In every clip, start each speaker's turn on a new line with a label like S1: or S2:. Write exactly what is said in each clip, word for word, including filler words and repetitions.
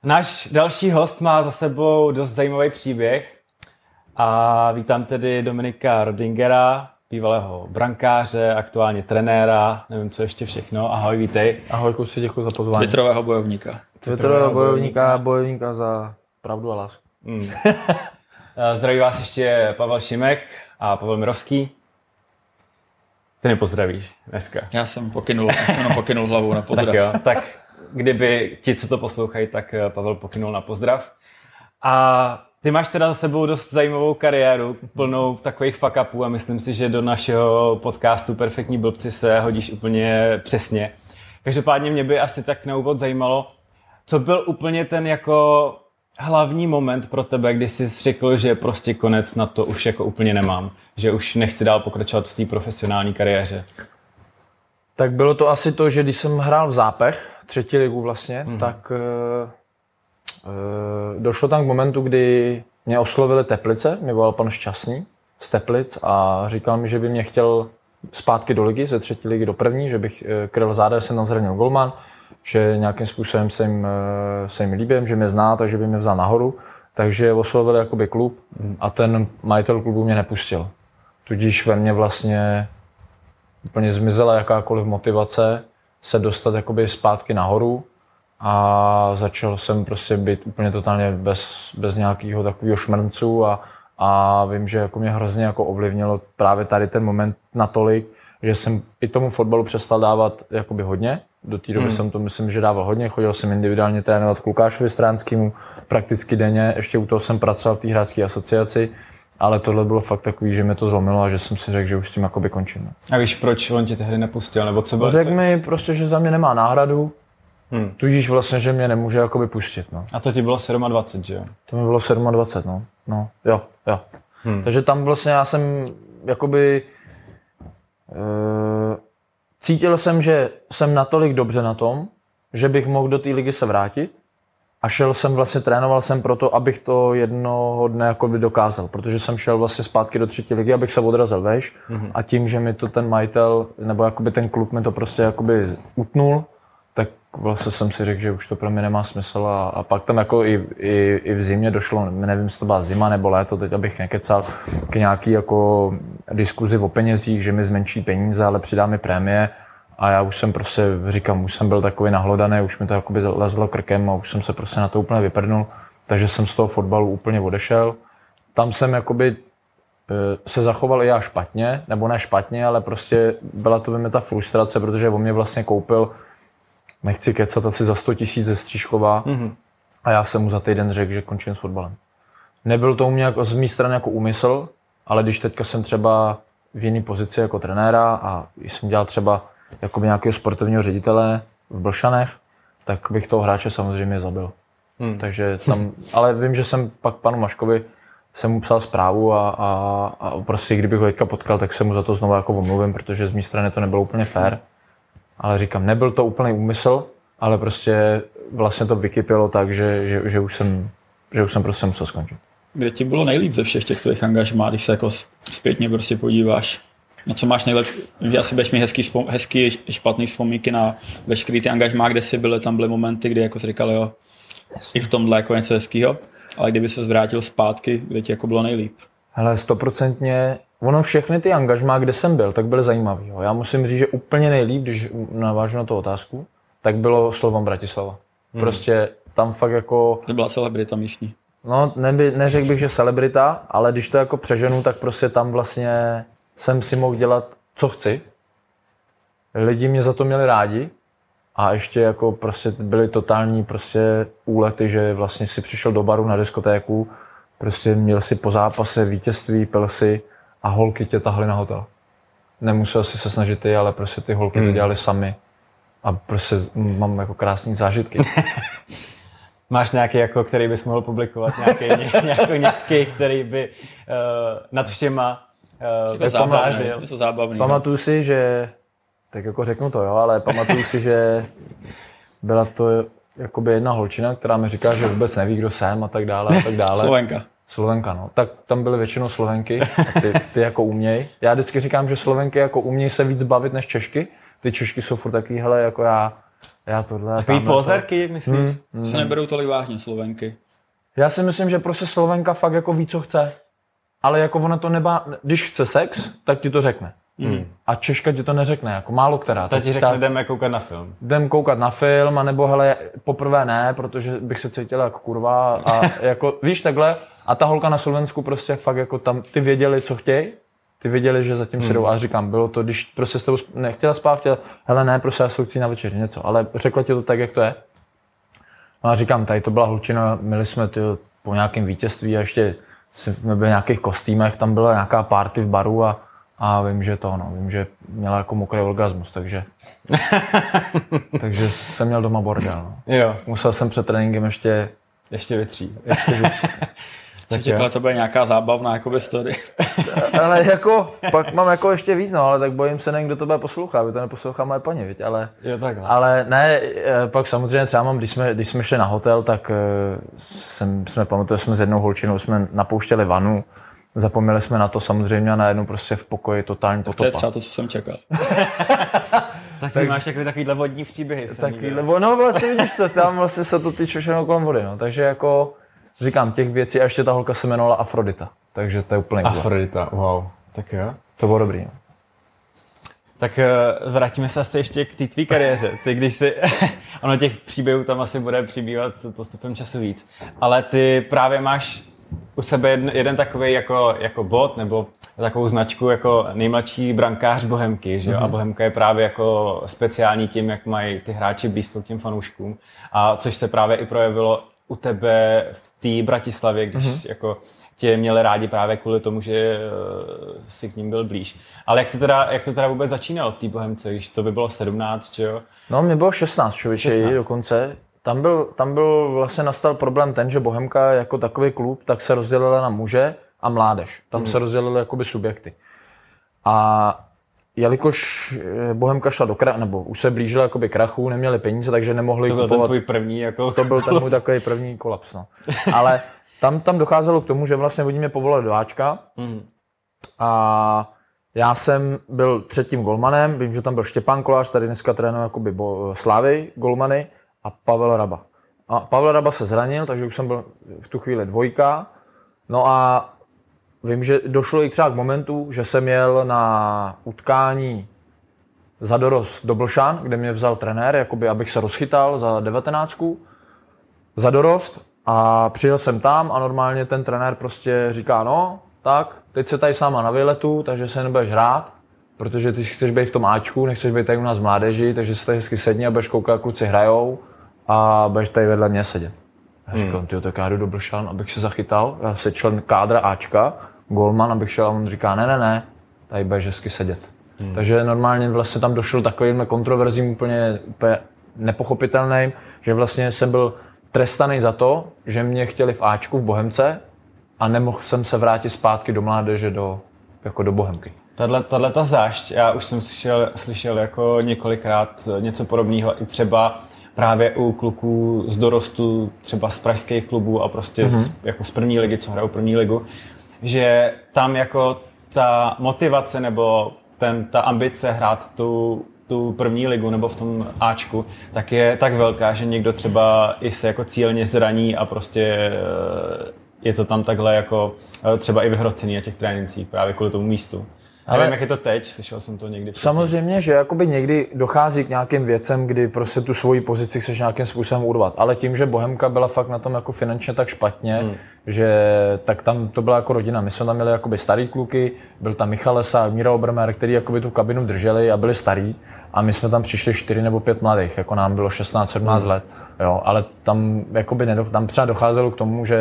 S1: Náš další host má za sebou dost zajímavý příběh a vítám tedy Dominika Rodingera, bývalého brankáře, aktuálně trenéra, nevím co ještě všechno. Ahoj, vítej.
S2: Ahoj, kluci, děkuji za pozvání.
S3: Twitterového bojovníka.
S2: Twitterového bojovníka, bojovníka za pravdu a lásku.
S1: Mm. Zdraví vás ještě Pavel Šimek a Pavel Mirovský. Ty nepozdravíš dneska.
S3: Já jsem pokynul, já jsem pokynul hlavou na pozdrav.
S1: Tak jo, tak kdyby ti, co to poslouchají, tak Pavel pokynul na pozdrav. A ty máš teda za sebou dost zajímavou kariéru, plnou takových fuck-upů a myslím si, že do našeho podcastu Perfektní blbci se hodíš úplně přesně. Každopádně mě by asi tak na úvod zajímalo, co byl úplně ten jako hlavní moment pro tebe, kdy jsi řekl, že prostě konec, na to už jako úplně nemám, že už nechci dál pokračovat v té profesionální kariéře.
S2: Tak bylo to asi to, že když jsem hrál v Zápech, třetí ligu vlastně, mm-hmm. tak uh, uh, došlo tam k momentu, kdy mě oslovili Teplice, mě volal pan Šťastný z Teplic a říkal mi, že by mě chtěl zpátky do ligy, ze třetí ligy do první, že bych uh, kryl záda, jsem tam zranil golman, že nějakým způsobem se jim, uh, se jim líbím, že mě zná, takže by mě vzal nahoru, takže oslovili jakoby klub a ten majitel klubu mě nepustil. Tudíž ve mně vlastně úplně zmizela jakákoliv motivace se dostat jakoby zpátky nahoru a začal jsem prostě být úplně totálně bez, bez nějakého takového šmrncu a, a vím, že jako mě hrozně jako ovlivnilo právě tady ten moment natolik, že jsem i tomu fotbalu přestal dávat jakoby hodně. Do té doby hmm. jsem to myslím, že dával hodně, chodil jsem individuálně trénovat k Lukášovi Stránskému prakticky denně, ještě u toho jsem pracoval v té hráčské asociaci. Ale tohle bylo fakt takový, že mě to zlomilo a že jsem si řekl, že už s tím jakoby končím.
S1: A víš, proč on tě tehdy nepustil? Nebo co bylo?
S2: Řekl mi prostě, že za mě nemá náhradu, hmm. tudíž vlastně, že mě nemůže jakoby pustit. No.
S1: A to ti bylo dvacet sedm, že jo?
S2: To mi bylo dvacet sedm, no. no. Jo, jo. Hmm. Takže tam vlastně já jsem jakoby e, cítil jsem, že jsem natolik dobře na tom, že bych mohl do té ligy se vrátit. A šel jsem vlastně, trénoval jsem proto, abych to jednoho dne jakoby dokázal, protože jsem šel vlastně zpátky do třetí ligy, abych se odrazil vejš mm-hmm. a tím, že mi to ten majitel, nebo jakoby ten klub mi to prostě jakoby utnul, tak vlastně jsem si řekl, že už to pro mě nemá smysl a, a pak tam jako i, i, i v zimě došlo, nevím, jestli to byla zima nebo léto, teď abych nekecal, k nějaký jako diskuzi o penězích, že mi zmenší peníze, ale přidá mi prémie. A já už jsem prostě, říkám, už jsem byl takový nahlodaný, už mi to jakoby lezlo krkem a už jsem se prostě na to úplně vyprdnul. Takže jsem z toho fotbalu úplně odešel. Tam jsem jakoby se zachoval i já špatně, nebo ne špatně, ale prostě byla to ve mě ta frustrace, protože on mě vlastně koupil, nechci kecat, asi za sto tisíc ze Stříškova mm-hmm. a já jsem mu za týden řekl, že končím s fotbalem. Nebyl to u mě jako, z mé strany jako úmysl, ale když teďka jsem třeba v jiné pozici jako trenéra a jsem dělal třeba jako nějakého sportovního ředitele v Blšanech, tak bych toho hráče samozřejmě zabil. Hmm. Takže tam, ale vím, že jsem pak panu Maškovi jsem mu psal zprávu a, a, a prostě kdybych ho teďka potkal, tak se mu za to znovu jako omluvím, protože z mé strany to nebylo úplně fair. Ale říkám, nebyl to úplný úmysl, ale prostě vlastně to vykypělo tak, že, že, že, už, jsem, že už jsem prostě musel skončit.
S3: Kde ti bylo nejlíp ze všech těch tvých angažmá, když se jako zpětně prostě podíváš? Na co máš nejlepší? Že asi budeš mít hezký, vzpom, hezký špatný vzpomínky na veškerý ty angažmá, kde jsi byly, tam byly momenty, kdy jako jsi říkal, jo, i v tomhle jako něco hezkýho, ale kdyby se zvrátil zpátky, kde ti jako bylo nejlíp?
S2: Hele, stoprocentně, ono všechny ty angažmá, kde jsem byl, tak byly zajímavý. Jo. Já musím říct, že úplně nejlíp, když navážu na tu otázku, tak bylo Slovan Bratislava. Hmm. Prostě tam fakt jako...
S3: To byla celebrita místní.
S2: No, neby, neřekl bych, že celebrita, ale když to jako přeženu, tak prostě tam vlastně jsem si mohl dělat, co chci. Lidi mě za to měli rádi a ještě jako prostě byly totální prostě úlety, že vlastně si přišel do baru na diskotéku, prostě měl si po zápase vítězství, pil si a holky tě tahly na hotel. Nemusel si se snažit ty, ale prostě ty holky hmm. to dělali sami a prostě mám jako krásný zážitky.
S1: Máš nějaký, jako, který bys mohl publikovat, nějaký, nějaký, nějaký který by uh, nad všema uh,
S3: zábavný, něco zábavný.
S2: Pamatuju si, že, tak jako řeknu to jo, ale pamatuju si, že byla to jakoby jedna holčina, která mi říká, že vůbec neví, kdo jsem a tak dále a tak dále.
S3: Slovenka.
S2: Slovenka, no. Tak tam byly většinou Slovenky a ty, ty jako uměj. Já vždycky říkám, že Slovenky jako uměj se víc bavit než Češky. Ty Češky jsou furt takový, hele, jako já, já tohle...
S1: Takový pozerky, myslíš?
S3: Hmm. Se neberou tolik vážně Slovenky.
S2: Já si myslím, že prostě Slovenka fakt jako ví, co chce. Ale jako ona to nebá... Když chce sex, tak ti to řekne. Mm. A Češka ti to neřekne, jako málo která.
S1: Ta ti řekne, tak, jdeme koukat na film.
S2: Jdem koukat na film, anebo hele, poprvé ne, protože bych se cítila jako kurva a jako, víš, takhle. A ta holka na Slovensku prostě fakt jako tam, ty věděli, co chtějí, ty věděli, že zatím si jdou. A říkám, bylo to, když prostě s tebou nechtěla spát, chtěla, hele ne, prostě já se chci na večeři, něco, ale řekla ti to tak, jak to je. No a říkám, tady to byla holčina, měli jsme ty po nějakém vítězství a ještě jsme byli v nějakých kostýmech, tam byla nějaká party v baru a A vím, že to, no, vím, že měla jako mokrý orgasmus, takže, takže jsem měl doma bordel, no.
S1: Jo.
S2: Musel jsem před tréninkem ještě...
S1: Ještě vytřít.
S2: Ještě vytřít.
S3: Jsem čekal, to bude nějaká zábavná jakoby story.
S2: Ale jako, pak mám jako ještě víc, no, ale tak bojím se, nevím, kdo to bude poslouchat, aby to neposlouchá moje paní, viď, ale...
S1: Jo, takhle.
S2: Ale ne, pak samozřejmě třeba mám, když jsme, když jsme šli na hotel, tak jsem, jsme pamatujeme, jsme s jednou holčinou, jsme napouštěli vanu. Zapomněli jsme na to samozřejmě a najednou prostě v pokoji totální potopa.
S3: To je třeba to, co jsem čekal.
S1: Tak ty máš takový, takovýhle vodní příběhy.
S2: Takovýhle, no vlastně vidíš to, tam vlastně se to týče všechno kolem vody, no. Takže jako říkám těch věcí a ještě ta holka se jmenovala Afrodita, takže to je úplně
S1: cool. Afrodita, wow, tak jo.
S2: To bylo dobrý, no.
S1: Tak uh, vrátíme se asi ještě k té tvý kariéře. Ty když si, ono těch příběhů tam asi bude přibývat postupem času víc, ale ty právě máš u sebe jeden, jeden takový jako, jako bod nebo takovou značku jako nejmladší brankář Bohemky, že jo? Mm-hmm. A Bohemka je právě jako speciální tím, jak mají ty hráči blízko k těm fanouškům. A což se právě i projevilo u tebe v té Bratislavě, když mm-hmm. jako tě měli rádi právě kvůli tomu, že uh, si k ním byl blíž. Ale jak to teda, jak to teda vůbec začínalo v té Bohemce, když to by bylo sedmnáct, že jo?
S2: No, mě bylo šestnáct, člověče, dokonce. Tam byl, tam byl vlastně nastal problém ten, že Bohemka jako takový klub, tak se rozdělila na muže a mládež. Tam mm. se rozdělily jakoby subjekty. A jelikož Bohemka šla do krachu, nebo už se blížila jakoby krachu, neměli peníze, takže nemohli
S1: to
S2: kupovat.
S1: To byl ten tvůj první jako
S2: To byl ten můj takový první kolaps, no. Ale tam, tam docházelo k tomu, že vlastně oni mě povolali do Ačka. Mm. A já jsem byl třetím golmanem, vím, že tam byl Štěpán Kolář, tady dneska trénuje jakoby Slávy golmany. A Pavel Raba. A Pavel Raba se zranil, takže už jsem byl v tu chvíli dvojka. No a vím, že došlo i třeba k momentu, že jsem jel na utkání za dorost do Blšan, kde mě vzal trenér, jakoby, abych se rozchytal za devatenáctku. Za dorost. A přijel jsem tam a normálně ten trenér prostě říká, no, tak, teď se tady sama na výletu, takže se nebudeš hrát, protože ty chceš být v tom Ačku, nechceš být tady u nás v mládeži, takže se tady hezky sedni a budeš koukat, jak kluci hrajou a budeš tady vedle mě sedět. Já říkám, hmm. tyjo, tak já jdu do Blšan, abych se zachytal, já jsem člen kádra Ačka, golman, abych šel a on říká, ne, ne, ne, tady budeš hezky sedět. Hmm. Takže normálně vlastně tam došlo takovým kontroverzím úplně, úplně nepochopitelným, že vlastně jsem byl trestaný za to, že mě chtěli v Ačku v Bohemce a nemohl jsem se vrátit zpátky do mládeže, do, jako do Bohemky.
S1: Tahle ta zášť, já už jsem slyšel, slyšel jako několikrát něco podobného i třeba právě u kluků z dorostu, třeba z pražských klubů a prostě mm-hmm. z, jako z první ligy, co hrajou první ligu, že tam jako ta motivace nebo ten, ta ambice hrát tu, tu první ligu nebo v tom Ačku, tak je tak velká, že někdo třeba i se jako cílně zraní a prostě je to tam takhle jako třeba i vyhrocený na těch trénincích právě kvůli tomu místu. Ale nevím, jak je to teď, slyšel jsem to někdy.
S2: Samozřejmě, že jakoby někdy dochází k nějakým věcem, kdy prostě tu svoji pozici chceš nějakým způsobem urvat. Ale tím, že Bohemka byla fakt na tom jako finančně tak špatně, hmm. že tak tam to byla jako rodina. My jsme tam měli jakoby starý kluky, byl tam Michal Lesák, Míra Obermer, který jakoby tu kabinu drželi a byli starý. A my jsme tam přišli čtyři nebo pět mladých, jako nám bylo šestnáct sedmnáct hmm. let. Jo, ale tam jakoby nedo, tam třeba docházelo k tomu, že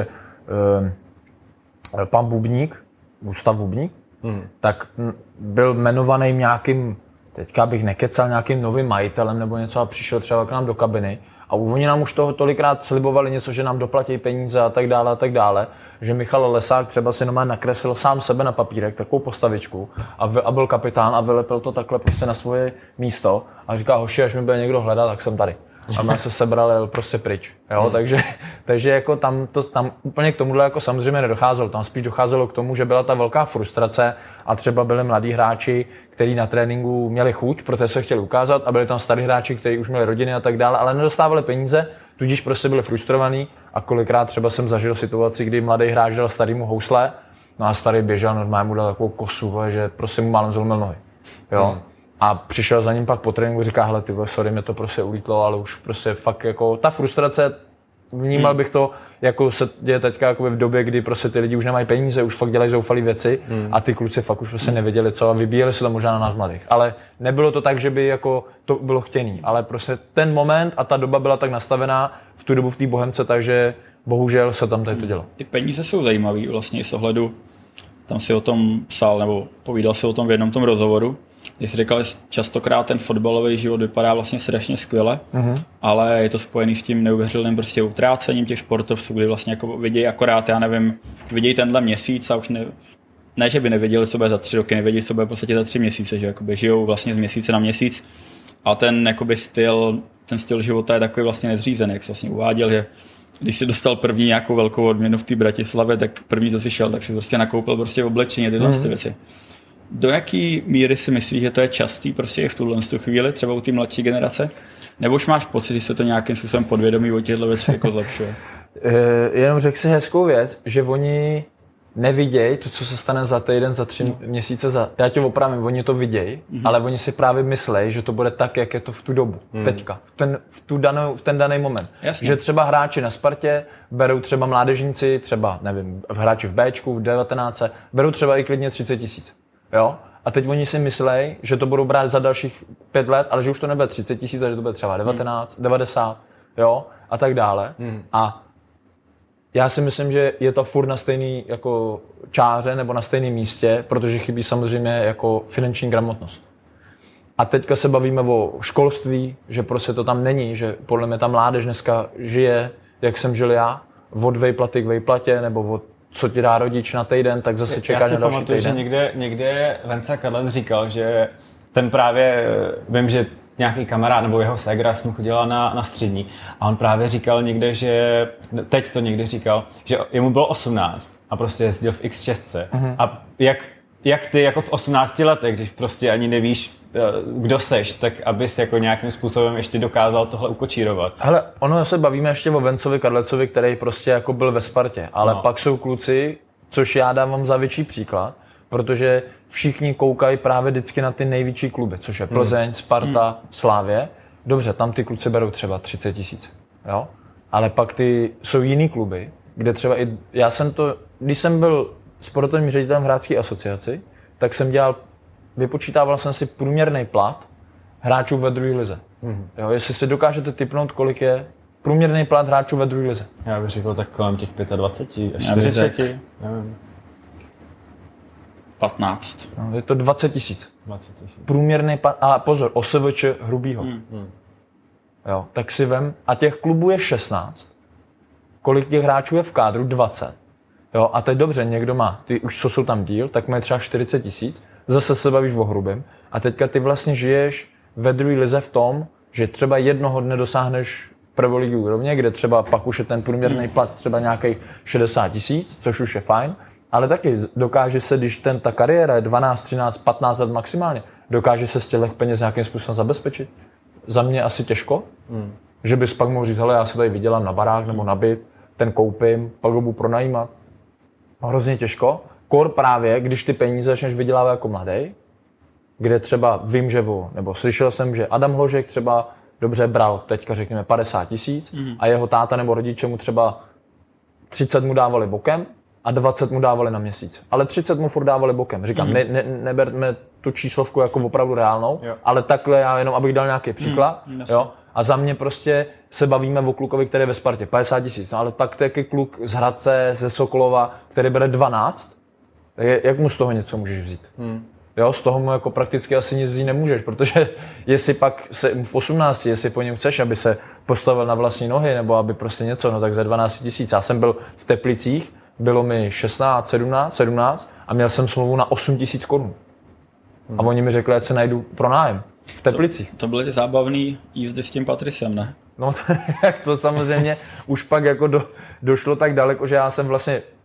S2: uh, pan Bubník, Gustav Bubník, Hmm. tak byl jmenovaný nějakým, teďka bych nekecal, nějakým novým majitelem nebo něco a přišel třeba k nám do kabiny a oni nám už toho tolikrát slibovali něco, že nám doplatí peníze a tak dále a tak dále, že Michal Lesák třeba si normálně nakreslil sám sebe na papírek, takovou postavičku a, v, a byl kapitán a vylepil to takhle prostě na svoje místo a říká, hoši, až mi bude někdo hledat, tak jsem tady. A mě se sebral, jel prostě pryč, jo, hmm. takže, takže jako tam, to, tam úplně k tomuhle jako samozřejmě nedocházelo, tam spíš docházelo k tomu, že byla ta velká frustrace a třeba byli mladí hráči, kteří na tréninku měli chuť, protože se chtěli ukázat a byli tam starý hráči, kteří už měli rodiny a tak dále, ale nedostávali peníze, tudíž prostě byli frustrovaní a kolikrát třeba jsem zažil situaci, kdy mladý hráč dal starýmu housle, no a starý běžel, normálně mu dal takovou kosu, že prostě mu málem zlomil nohy. Jo? Hmm. A přišel za ním pak po tréninku a říká, hele ty vole, sorry, mě to prostě ulítlo, ale už prostě fakt jako ta frustrace, vnímal bych to, jako se děje teďka jako v době, kdy prostě ty lidi už nemají peníze, už fakt dělají zoufalé věci hmm. a ty kluci fakt už prostě nevěděli co a vybíjeli se to možná na nás mladých. Ale nebylo to tak, že by jako to bylo chtěný, ale prostě ten moment a ta doba byla tak nastavená v tu dobu v té Bohemce, takže bohužel se tam tady to dělo.
S3: Ty peníze jsou zajímavý vlastně z ohledu, tam si o tom psal nebo povídal si o tom v jednom tom rozhovoru. Když jsi říkal, že častokrát ten fotbalový život vypadá vlastně strašně skvěle, mm-hmm. ale je to spojený s tím neuvěřitelným prostě utrácením těch sportovců, kdy vlastně jako vidějí akorát, já nevím, vidějí tenhle měsíc a už ne, ne že by nevěděli, co bude za tři roky, nevědí, co bude v podstatě za tři měsíce, že jakoby žijou vlastně z měsíce na měsíc a ten jakoby styl, ten styl života je takový vlastně nezřízený, jak jsi vlastně uváděl, že když jsi dostal první nějakou velkou odměnu v té Bratislavě, tak první, co jsi šel, tak si prostě nakoupil prostě oblečení, tyhle mm-hmm. ty věci. Do jaký míry si myslíš, že to je častý prostě i v tuhle chvíli, třeba u té mladší generace? Nebo už máš pocit, že se to nějakým způsobem podvědomí o těchto věcí jako zlepšuje?
S2: Jenom řekl si hezkou věc, že oni nevidějí to, co se stane za týden, za tři no. měsíce, za... já tě opravím, oni to vidějí, mm-hmm. ale oni si právě myslejí, že to bude tak, jak je to v tu dobu, mm. teďka, v ten, v, tu danou, v ten daný moment. Jasně. Že třeba hráči na Spartě berou třeba mládežníci, třeba, nevím, hráči v Béčku, v devatenáct, berou třeba i klidně třicet tisíc. Jo? A teď oni si myslejí, že to budou brát za dalších pět let, ale že už to nebude třicet tisíc, ale že to bude třeba devatenáct, devadesát, jo? A tak dále. Mm. A já si myslím, že je to furt na stejný jako čáře nebo na stejném místě, protože chybí samozřejmě jako finanční gramotnost. A teďka se bavíme o školství, že prostě to tam není, že podle mě ta mládež dneska žije, jak jsem žil já, od vejplaty k vejplatě nebo od co ti dá rodič na týden, tak zase čeká na další týden. Já si pamatuju,
S1: že někde, někde Venca Kadlec říkal, že ten právě, vím, že nějaký kamarád nebo jeho ségra s ním chodila na, na střední a on právě říkal někde, že, teď to někde říkal, že jemu bylo osmnáct a prostě jezdil v X šest mm-hmm. a jak, jak ty jako v osmnácti letech, když prostě ani nevíš, kdo seš, tak abys jako nějakým způsobem ještě dokázal tohle ukočírovat.
S2: Hele, ono se bavíme ještě o Vencovi Kadlecovi, který prostě jako byl ve Spartě, ale no. pak jsou kluci, což já dávám za větší příklad, protože všichni koukají právě vždycky na ty největší kluby, což je Plzeň, hmm. Sparta, hmm. Slávě. Dobře, tam ty kluci berou třeba třicet tisíc, jo? Ale pak ty jsou jiný kluby, kde třeba i, já jsem to, když jsem byl sportovním ředitelem v Hráčské asociaci, tak jsem dělal, vypočítával jsem si průměrný plat hráčů ve druhé lize. Hmm. Jo, jestli si dokážete tipnout, kolik je průměrný plat hráčů ve druhé lize.
S1: Já bych řekl tak kolem těch dvacet pět až čtyřicet. Nevím.
S3: patnáct.
S2: No, je to dvacet tisíc.
S1: dvacet tisíc.
S2: Průměrný plat, ale pozor, O S V Č hrubýho. Hmm. Hmm. Jo, tak si vem, a těch klubů je šestnáct. Kolik těch hráčů je v kádru? dvacet. Jo, a teď dobře, někdo má, ty už co jsou tam díl, tak mají třeba čtyřicet tisíc, zase se bavíš o hrubém. A teďka ty vlastně žiješ ve druhé lize v tom, že třeba jednoho dne dosáhneš prvoligy úrovně, kde třeba pak už je ten průměrný plat třeba nějakých šedesát tisíc, což už je fajn, ale taky dokáže se, když ten, ta kariéra je dvanáct, třináct, patnáct let maximálně, dokáže se z těch peněz nějakým způsobem zabezpečit. Za mě asi těžko, hmm. že bys pak mohl říct, hele, já se tady vydělám na barák nebo na byt, ten koupím, pak ho budu pronajímat. Hrozně těžko. Kor právě, když ty peníze začneš vydělávat jako mladý, kde třeba vím, že vo, nebo slyšel jsem, že Adam Hložek třeba dobře bral teďka řekněme padesát tisíc mm. a jeho táta nebo rodiče mu třeba třicet mu dávali bokem a dvacet mu dávali na měsíc. Ale třicet mu furt dávali bokem. Říkám, mm. ne, ne, neberme tu číslovku jako opravdu reálnou, jo. ale takhle já jenom, abych dal nějaký příklad. Mm. Jo? A za mě prostě se bavíme o klukovi, který je ve Spartě, padesát tisíc. No ale tak taky kluk z Hradce, ze Sokolova, který bere dvanáct, jak mu z toho něco můžeš vzít? Hmm. Jo, z toho mu jako prakticky asi nic vzít nemůžeš, protože jestli pak se v osmnácti, jestli po něm chceš, aby se postavil na vlastní nohy, nebo aby prostě něco, no tak za dvanáct tisíc. Já jsem byl v Teplicích, bylo mi šestnáct, sedmnáct, sedmnáct a měl jsem smlouvu na osm tisíc korun. Hmm. A oni mi řekli, ať se najdu pronájem v Teplicích.
S3: To, to byly zábavný jízdy s tím Patricem, ne?
S2: No to samozřejmě už pak jako do, došlo tak daleko, že já jsem vlastně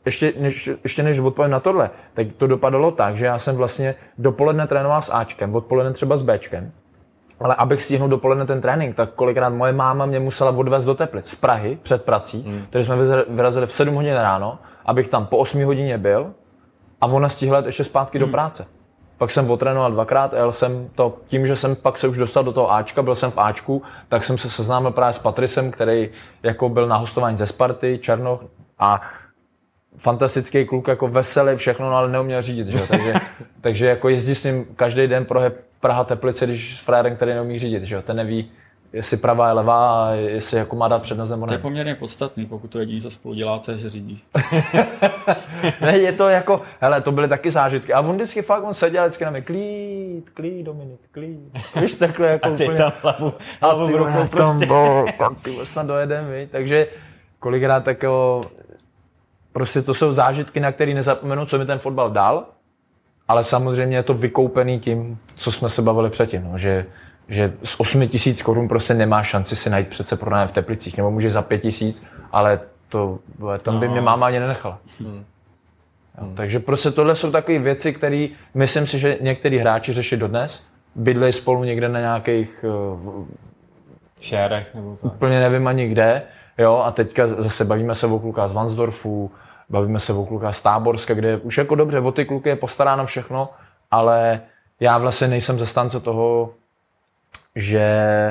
S2: ještě než, ještě než odpovím na tohle, tak to dopadalo tak, že já jsem vlastně dopoledne trénoval s Ačkem, odpoledne třeba s Bčkem. Ale abych stihnul dopoledne ten trénink, tak kolikrát moje máma mě musela odvést do Teplic z Prahy před prací, hmm. takže jsme vyrazili v sedm hodin ráno, abych tam po osmi hodině byl a ona stihla jít ještě zpátky hmm. do práce. Pak jsem otrénoval dvakrát a jel jsem to, tím, že jsem pak se už dostal do toho Ačka, byl jsem v Ačku, tak jsem se seznámil právě s Patrisem, který jako byl na hostování ze Sparty, Černoch a fantastický kluk, jako veselý, všechno, no, ale neuměl řídit, že? takže, takže jako jezdí s ním každý den prohe Praha Teplice, když s frérem, který neumí řídit, že? Ten neví, jestli pravá je levá a jestli jako má dát přednost nebo ne.
S3: To je poměrně podstatný, pokud to jediný, co spolu děláte, že řídí.
S2: Ne, je to jako, hele, to byly taky zážitky. A on vždycky fakt, on seděl vždycky na mě, klid, klid, Dominik, klid. Víš, takhle jako
S1: a ty
S2: úplně.
S1: tam hlavu, hlavu v rukou prostě.
S2: Tam, ty snad dojedem, víš. Takže kolikrát tak jo, prostě to jsou zážitky, na které nezapomenu, co mi ten fotbal dal, ale samozřejmě je to vykoupený tím, co jsme se bavili předtím, no, že, že z osmi tisíc korun prostě nemá šanci si najít přece pronájem v Teplicích, nebo může za pět tisíc, ale to, tam by mě máma ani nenechala. Hmm. Jo, takže prostě tohle jsou takové věci, které myslím si, že některý hráči řeší dodnes, bydlejí spolu někde na nějakých
S1: šérech nebo tak.
S2: Úplně nevím ani kde, jo, a teďka zase bavíme se o klukách z Vansdorfu, bavíme se o klukách z Táborska, kde už jako dobře, o ty kluky je postaráno všechno, ale já vlastně nejsem zastánce toho, že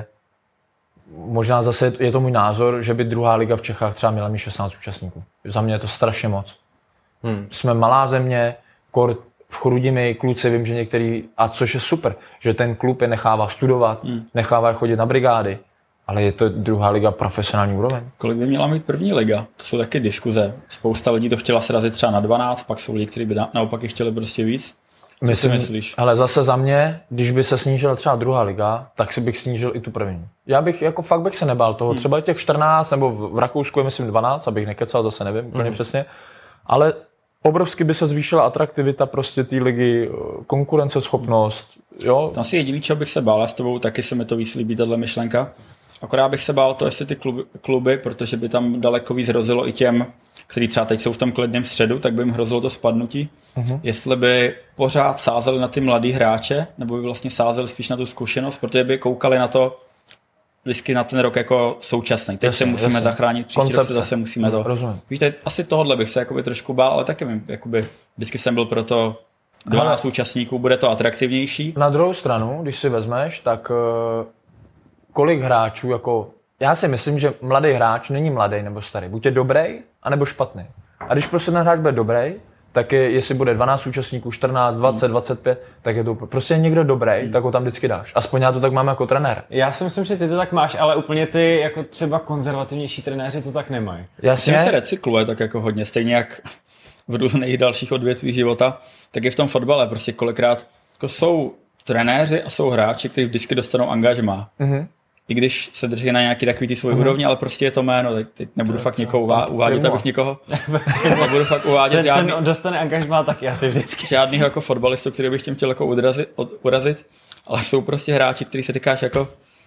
S2: možná zase je to můj názor, že by druhá liga v Čechách třeba měla mít šestnáct účastníků. Za mě je to strašně moc. Hmm. Jsme malá země, kor v Chrudimi kluci vím, že některý, a což je super, že ten klub je nechává studovat, hmm. nechává je chodit na brigády, ale je to druhá liga profesionální úroveň.
S3: Kolik by měla mít první liga? To jsou taky diskuze. Spousta lidí to chtěla srazit třeba na dvanáct, pak jsou lidi, kteří by naopak chtěli prostě víc. Co
S2: Myslím,
S3: si myslíš?
S2: Ale zase za mě, když by se snížila třeba druhá liga, tak si bych snížil i tu první. Já bych, jako fakt bych se nebál toho, hmm. třeba těch čtrnáct, nebo v Rakousku je myslím dvanáct, abych nekecal, zase nevím úplně hmm. přesně, ale obrovsky by se zvýšila atraktivita prostě té ligy, konkurenceschopnost, jo.
S3: Tam si jediný, čeho bych se bál, a s tebou taky se mi to víc líbí, tato myšlenka. Akorát bych se bál to, jestli ty kluby, kluby, protože by tam daleko víc hrozilo i těm, kteří třeba teď jsou v tom klidném středu, tak by jim hrozilo to spadnutí. Uh-huh. Jestli by pořád sázeli na ty mladý hráče, nebo by vlastně sázeli spíš na tu zkušenost, protože by koukali na to vždycky na ten rok jako současný. Teď jasně, se musíme jasně. zachránit, příští rok se zase musíme to. Rozumím. Víš, teď asi tohohle bych se jakoby trošku bál, ale taky jakoby, vždycky jsem byl pro to dvanáct účastníků, bude to atraktivnější.
S2: Na druhou stranu, když si vezmeš, tak kolik hráčů, jako já si myslím, že mladý hráč není mladý nebo starý, buď je dobrý, anebo špatný. A když prostě ten hráč bude dobrý, tak je, jestli bude dvanáct účastníků, čtrnáct, dvacet, hmm. dvacet pět, tak je to prostě někdo dobrý, hmm. tak ho tam vždycky dáš. Aspoň já to tak mám jako trenér.
S1: Já si myslím, že ty to tak máš, ale úplně ty jako třeba konzervativnější trenéři to tak nemají.
S3: Jasně se recykluje tak jako hodně, stejně jak v různých dalších odvětvích života, tak je v tom fotbale prostě kolikrát jako jsou trenéři a jsou hráči, kteří vždycky dostanou angažmá. Hmm. I když se drží na nějaký takový ty svůj uh-huh. úrovni, ale prostě je to jméno, tak teď nebudu to, fakt to, někoho uvá, uvádět, abych někoho, nebudu fakt uvádět
S1: ten,
S3: žádný,
S1: ten dostane angažmá taky asi vždycky.
S3: Žádnýho jako fotbalistu, který bych tím chtěl jako urazit, urazit, ale jsou prostě hráči, který se říkáš jako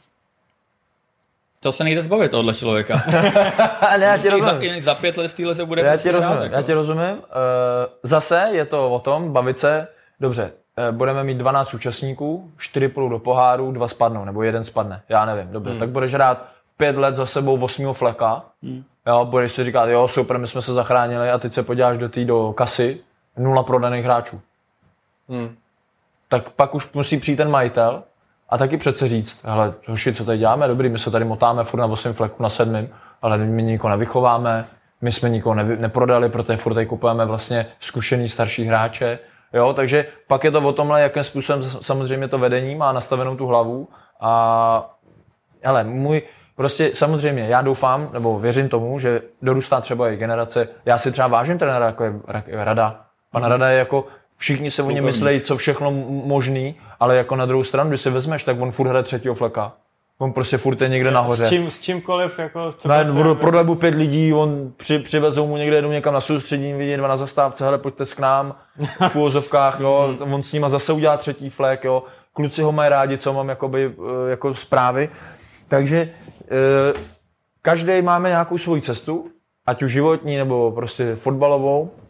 S3: to se nejde zbavit tohohle člověka.
S2: Ne, já ti rozumím.
S3: Za, za pět let v té lize bude
S2: já
S3: prostě
S2: ti rozumím,
S3: hrát. Jako.
S2: Já ti rozumím. Uh, zase je to o tom bavit se, dobře, budeme mít dvanáct účastníků, čtyři půjdou do poháru, dva spadnou, nebo jeden spadne, já nevím, dobře, hmm. tak budeš hrát pět let za sebou osmého fleka, hmm. jo, budeš si říkat, jo, super, my jsme se zachránili a teď se podíváš do té do kasy, nula prodaných hráčů. Hmm. Tak pak už musí přijít ten majitel a taky přece říct, hele, hoši, co tady děláme, dobrý, my se tady motáme furt na osmém fleku, na sedmém, ale my nikoho nevychováme, my jsme nikoho nevy, neprodali, protože furt tady kupujeme vlastně zkušený starší hráče. Jo, takže pak je to o tomhle, jakým způsobem samozřejmě to vedení má nastavenou tu hlavu a hele, můj, prostě samozřejmě já doufám, nebo věřím tomu, že dorůstá třeba i generace, já si třeba vážím trenéra, jako je Rada, pan Rada je jako, všichni se o něm myslejí, co všechno možný, ale jako na druhou stranu, když si vezmeš, tak on furt hraje třetího fleka. On prostě furt je někde nahoře.
S1: S, čím, s čímkoliv, jako...
S2: Prodlebu pět lidí, on při, přivezou mu někde, jdu někam na soustředění, vidí dva na zastávce, hele, pojďte s k nám, v úvozovkách, jo, on s nima zase udělá třetí flek, jo, kluci ho mají rádi, co mám jakoby, jako zprávy, takže každý máme nějakou svoji cestu, ať už životní, nebo prostě fotbalovou,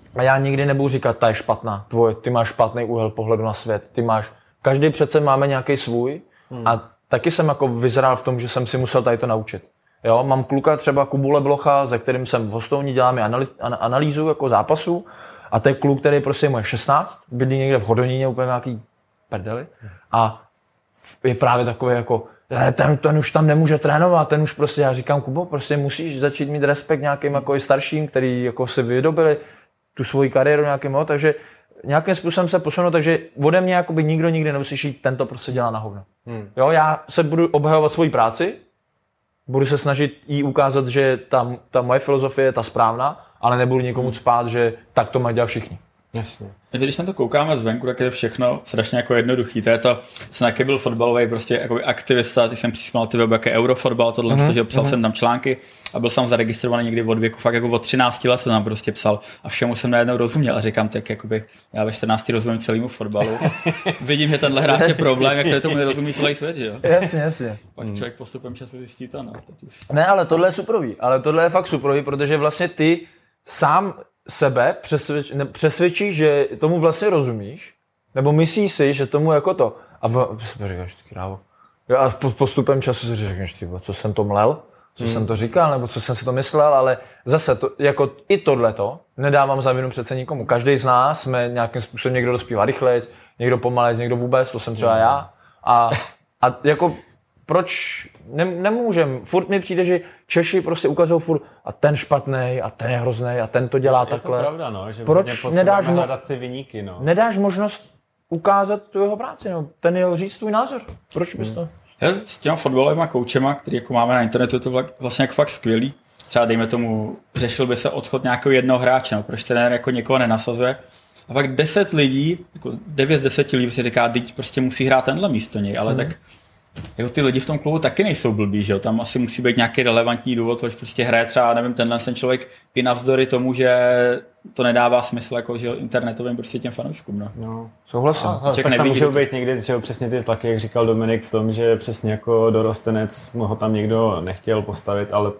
S2: A já nikdy nebudu říkat, ta je špatná, tvoje, ty máš špatný úhel pohledu na svět, ty máš, každý přece máme nějaký svůj hmm. a taky jsem jako vyzrál v tom, že jsem si musel tady to naučit. Jo, mám kluka třeba Kubule Blocha, se kterým jsem v Hostouní děláme analýzu jako zápasu a to je kluk, který prostě mu je šestnáct, bydlí někde v Hodoníně, úplně nějaký prdeli a je právě takový jako, ten, ten už tam nemůže trénovat, ten už prostě, já říkám, Kubo, prostě musíš začít mít respekt nějakým jako i starším, který jako si vydobili tu svoji kariéru nějakým, jo, takže nějakým způsobem se posunu, takže ode mě jakoby nikdo nikdy neuslyší, tento prostě dělá na hovno. Hmm. Jo, já se budu obhajovat svoji práci, budu se snažit jí ukázat, že ta, ta moje filozofie je ta správná, ale nebudu nikomu spát, že tak to mají dělat všichni.
S1: Jasně.
S3: Když na to koukáme zvenku, tak je všechno strašně jako jednoduchý. To je to, jsem taky byl fotbalový prostě jakoby aktivista, když jsem přispěl ty web, jaké eurofotbal, tohle, mm-hmm. že psal mm-hmm. jsem tam články a byl jsem zaregistrovaný někdy od věku, fakt jako od třinácti let jsem tam prostě psal a všemu jsem najednou rozuměl a říkám, tak jakoby já ve čtrnácti rozumím celému fotbalu. Vidím, že tenhle hráč je problém, jak to je tomu nerozumí celý svět, že jo?
S2: Jasně, jasně.
S3: Pak člověk postupem času zjistí to, no. Už...
S2: Ne, ale tohle je superový, ale tohle je fakt superový, protože vlastně ty sám sebe přesvědč, ne, přesvědčíš, že tomu vlastně rozumíš, nebo myslíš si, že tomu jako to. A v, říkáš, ty krávo. A postupem času si říkáš, ty, co jsem to mlel, co hmm. jsem to říkal, nebo co jsem si to myslel, ale zase to, jako i tohleto nedávám za vinu přece nikomu. Každý z nás jsme nějakým způsobem, někdo dospívá rychlejc, někdo pomalejc, někdo vůbec, to jsem třeba hmm. já. A, a jako proč ne, nemůžem, furt mi přijde, že Češi prostě ukazují furt a ten špatnej a ten je hroznej a ten to dělá
S1: je
S2: takhle.
S1: Je to pravda, no, že
S2: proč nedáš, mo-
S1: hledat ty viníky, no.
S2: nedáš možnost ukázat tu jeho práci, no. Ten jeho říct tvůj názor. Proč bys to?
S3: Hmm. S těma fotbalovými koučema, který jako máme na internetu, je to vlastně jako fakt skvělý. Třeba dejme tomu, řešil by se odchod nějakého jednoho hráče, no, proč trenér jako někoho nenasazuje. A pak deset lidí, jako devět z deseti lidí si říká, teď prostě musí hrát tenhle místo něj, ale hmm. tak jako ty lidi v tom klubu taky nejsou blbí, že jo? Tam asi musí být nějaký relevantní důvod, proč prostě hraje třeba, nevím, tenhle ten člověk i navzdory tomu, že to nedává smysl jako, že internetovým prostě těm fanouškům, no.
S1: no.
S2: Souhlasím.
S1: A, a, tak tam můžou být někdy, že jo, přesně ty tlaky, jak říkal Dominik, v tom, že přesně jako dorostenec ho tam někdo nechtěl postavit, ale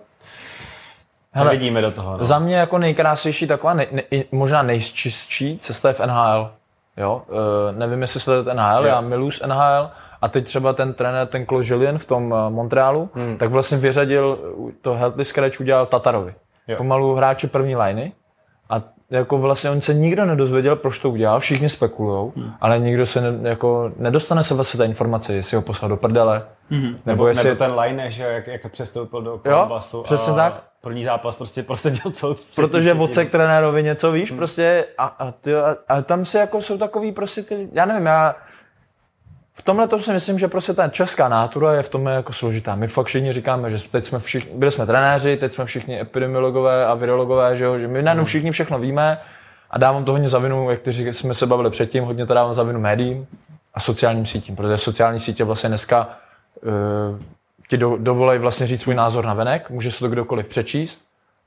S1: hele, vidíme do toho. No.
S2: Za mě jako nejkrásnější taková, nej, ne, možná nejčistší cesta je v N H L. Jo? E, nevím, jestli sledujete N H L, jo. Já miluji N H L. A teď třeba ten trenér, ten Claude Julien v tom Montrealu, hmm. tak vlastně vyřadil, to Healthy Scratch udělal Tatarovi. Jo. Pomalu hráči první liney. A jako vlastně on se nikdo nedozvěděl, proč to udělal, všichni spekulujou, hmm. ale nikdo se ne, jako nedostane se vlastně ta informace, jestli ho poslal do prdele.
S1: Hmm. Nebo, nebo, jestli... nebo ten line, že jak, jak přestoupil do Columbusu
S2: a tak.
S1: První zápas prostě prostě dělal co.
S2: Protože odsek trenérovi něco, víš, hmm. prostě a, a, ty, a, a tam si jako jsou takový prostě ty, já nevím, já v tomhle to si myslím, že prostě ta česká nátura je v tom jako složitá. My fakt všichni říkáme, že teď jsme všichni, byli jsme trenéři, teď jsme všichni epidemiologové a virologové, že, jo? Že my najednou všichni všechno víme a dávám to hodně za vinu, jak ty jsme se bavili předtím, hodně to dávám za vinu médiím a sociálním sítím, protože sociální sítě vlastně dneska uh, ti do, dovolej vlastně říct svůj názor na venek, může se to kdokoliv přečíst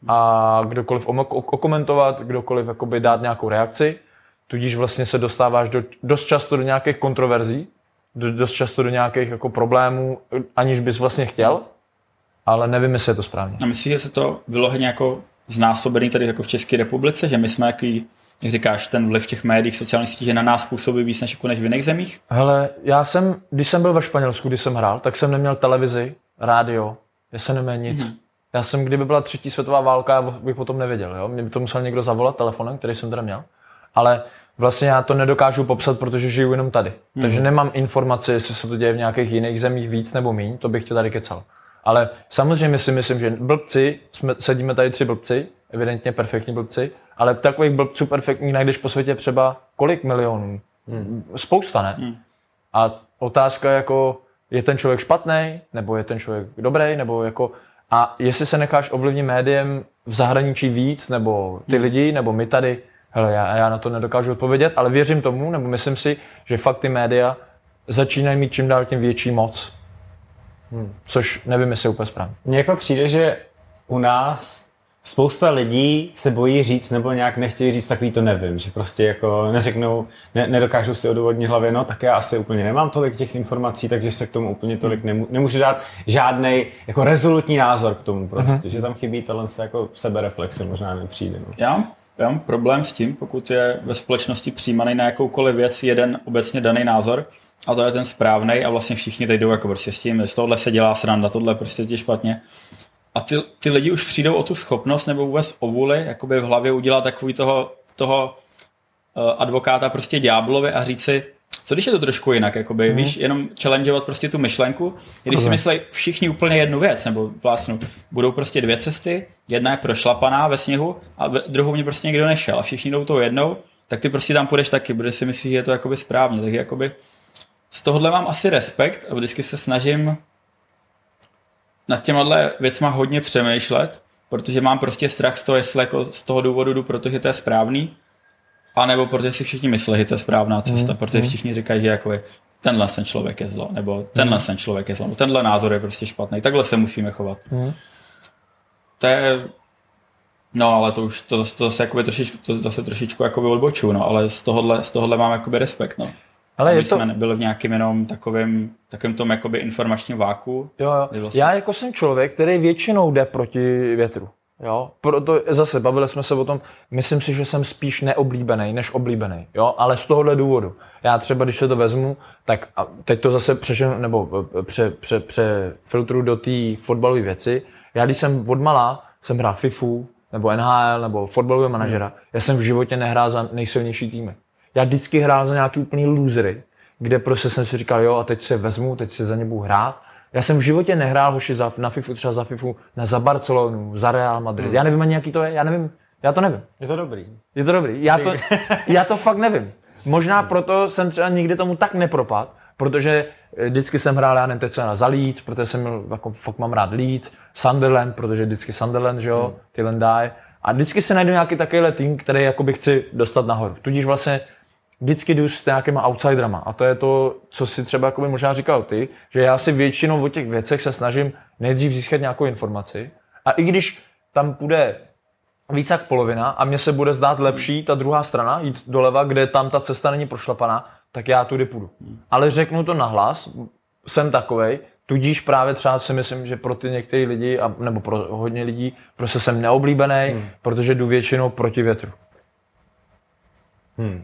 S2: a kdokoliv okomentovat, kdokoliv jakoby dát nějakou reakci, tudíž vlastně se dostáváš do, dost často do nějakých kontroverzí, dost často do nějakých jako problémů, aniž bys vlastně chtěl, ale nevím, jestli je to správně.
S3: A myslíš, že se to vyloženě jako znásobený tady jako v České republice, že my jsme jaký, jak říkáš, ten vliv těch médií, sociálních sítí, že na nás působí víc než, jako než v jiných zemích?
S2: Hele, já jsem, když jsem byl ve Španělsku, když jsem hrál, tak jsem neměl televizi, rádio, já jsem neměl nic. Mm-hmm. Já jsem, kdyby byla třetí světová válka, já bych potom nevěděl, jo? Mě by to musel někdo zavolat telefonem, který jsem teda měl, ale vlastně já to nedokážu popsat, protože žiju jenom tady. Hmm. Takže nemám informaci, jestli se to děje v nějakých jiných zemích víc nebo míň, to bych tě tady kecal. Ale samozřejmě si myslím, že blbci, jsme, sedíme tady tři blbci, evidentně perfektní blbci, ale takových blbců perfektních najdeš po světě třeba kolik milionů? Hmm. Spousta, ne? Hmm. A otázka jako, je ten člověk špatný, nebo je ten člověk dobrý, nebo jako, a jestli se necháš ovlivnit médiem v zahraničí víc, nebo ty hmm. lidi, nebo my tady, hele, já, já na to nedokážu odpovědět, ale věřím tomu, nebo myslím si, že fakt ty média začínají mít čím dál tím větší moc. Hmm. Což nevím, jestli je úplně správně.
S1: Mně jako přijde, že u nás spousta lidí se bojí říct nebo nějak nechtějí říct takový to nevím, že prostě jako neřeknou, ne, nedokážou si odůvodnit hlavě, no tak já asi úplně nemám tolik těch informací, takže se k tomu úplně tolik nemů- nemůžu dát žádnej jako rezolutní názor k tomu prostě, mm-hmm. že tam chybí talent jako sebereflexe, možná mi přijde. No.
S3: Já já mám problém s tím, pokud je ve společnosti přijímaný na jakoukoliv věc jeden obecně daný názor, a to je ten správnej a vlastně všichni teď jdou jako prostě s tím, z tohohle se dělá sranda, tohle prostě je špatně. A ty, ty lidi už přijdou o tu schopnost nebo vůbec o vůli jakoby v hlavě udělat takový toho, toho uh, advokáta prostě ďáblovi a říct si, co když je to trošku jinak, jakoby, mm. víš, jenom challengeovat prostě tu myšlenku, když okay. si myslí všichni úplně jednu věc, nebo vlastně budou prostě dvě cesty, jedna je prošlapaná ve sněhu a druhou mě prostě někdo nešel a všichni jdou tou jednou, tak ty prostě tam půjdeš taky, protože si myslíš, že je to jakoby správně, tak jakoby z tohohle mám asi respekt a vždycky se snažím nad těmahle věcma hodně přemýšlet, protože mám prostě strach z toho, jestli jako z toho důvodu jdu, protože to je správný, anebo protože si všichni myslí, že to je správná cesta, mm, protože mm. všichni říkají, že jako je, tenhle ten člověk je zlo, nebo tenhle ten mm. člověk je zlo, nebo tenhle názor je prostě špatný, takhle se musíme chovat. Mm. To je, no ale to už, to, to se jakoby trošičku, to zase trošičku jakoby odboču, no, ale z tohohle, z tohohle mám jakoby respekt, no. Ale je to... jsme nebyli v nějakým jenom takovým, takovým tom jakoby informačním váku.
S2: Jo, jo. Vlastně... Já jako jsem člověk, který většinou jde proti větru. Jo? Proto zase bavili jsme se o tom, myslím si, že jsem spíš neoblíbený než oblíbený, jo? Ale z tohohle důvodu. Já třeba, když se to vezmu, tak a teď to zase přešel, nebo pře, pře, pře filtru do té fotbalové věci. Já když jsem odmala, jsem hrál FIFU, nebo N H L, nebo fotbalového manažera, hmm. já jsem v životě nehrál za nejsilnější týmy. Já vždycky hrál za nějaký úplný losery, kde prostě jsem si říkal, jo, a teď se vezmu, teď se za ně budu hrát. Já jsem v životě nehrál hoši za, na FIFU, třeba za FIFU, na za Barcelonu, za Real Madrid. Hmm. Já nevím ani, jaký to je, já nevím, já to nevím.
S1: Je to dobrý.
S2: Je to dobrý, já to, já to fakt nevím. Možná proto jsem třeba nikdy tomu tak nepropadl, protože vždycky jsem hrál, já nevím, teď jsem za Leeds, protože jsem měl, jako fakt mám rád Leeds, Sunderland, protože vždycky Sunderland, že jo, hmm. tyhle dají. A vždycky se najdu nějaký takovýhle tým, který jakoby chci dostat nahoru. Tudíž vlastně vždycky jdu s nějakýma outsiderama. A to je to, co si třeba jakoby možná říkal ty, že já si většinou o těch věcech se snažím nejdřív získat nějakou informaci. A i když tam půjde víc jak polovina a mně se bude zdát lepší ta druhá strana, jít doleva, kde tam ta cesta není prošlapaná, tak já tudy půjdu. Ale řeknu to nahlas, jsem takovej, tudíž právě třeba si myslím, že pro ty některé lidi, nebo pro hodně lidí, prostě jsem neoblíbený, hmm. protože jdu většinou proti větru.
S1: Hmm.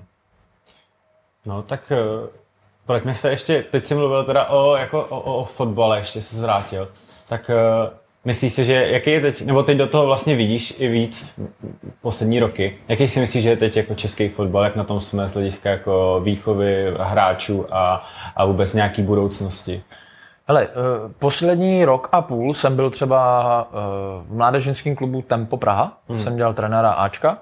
S1: No tak pojďme se ještě, teď jsi mluvil teda o, jako, o, o fotbale, ještě se zvrátil, tak uh, myslíš si, že jaký je teď, nebo teď do toho vlastně vidíš i víc poslední roky, jaký si myslíš, že je teď jako český fotbal, jak na tom jsme z hlediska jako výchovy hráčů a, a vůbec nějaký budoucnosti?
S2: Hele, poslední rok a půl jsem byl třeba v mládežnickém klubu Tempo Praha, hmm. jsem dělal trenéra Ačka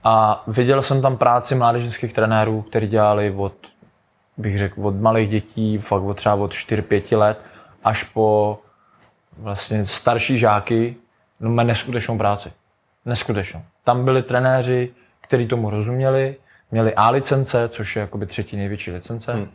S2: a viděl jsem tam práci mládežnických trenérů, kteří dělali od, bych řekl, od malých dětí, fakt od třeba od čtyři pět let, až po vlastně starší žáky, no má neskutečnou práci. Neskutečnou. Tam byli trenéři, kteří tomu rozuměli, měli A licence, což je jakoby třetí největší licence hmm.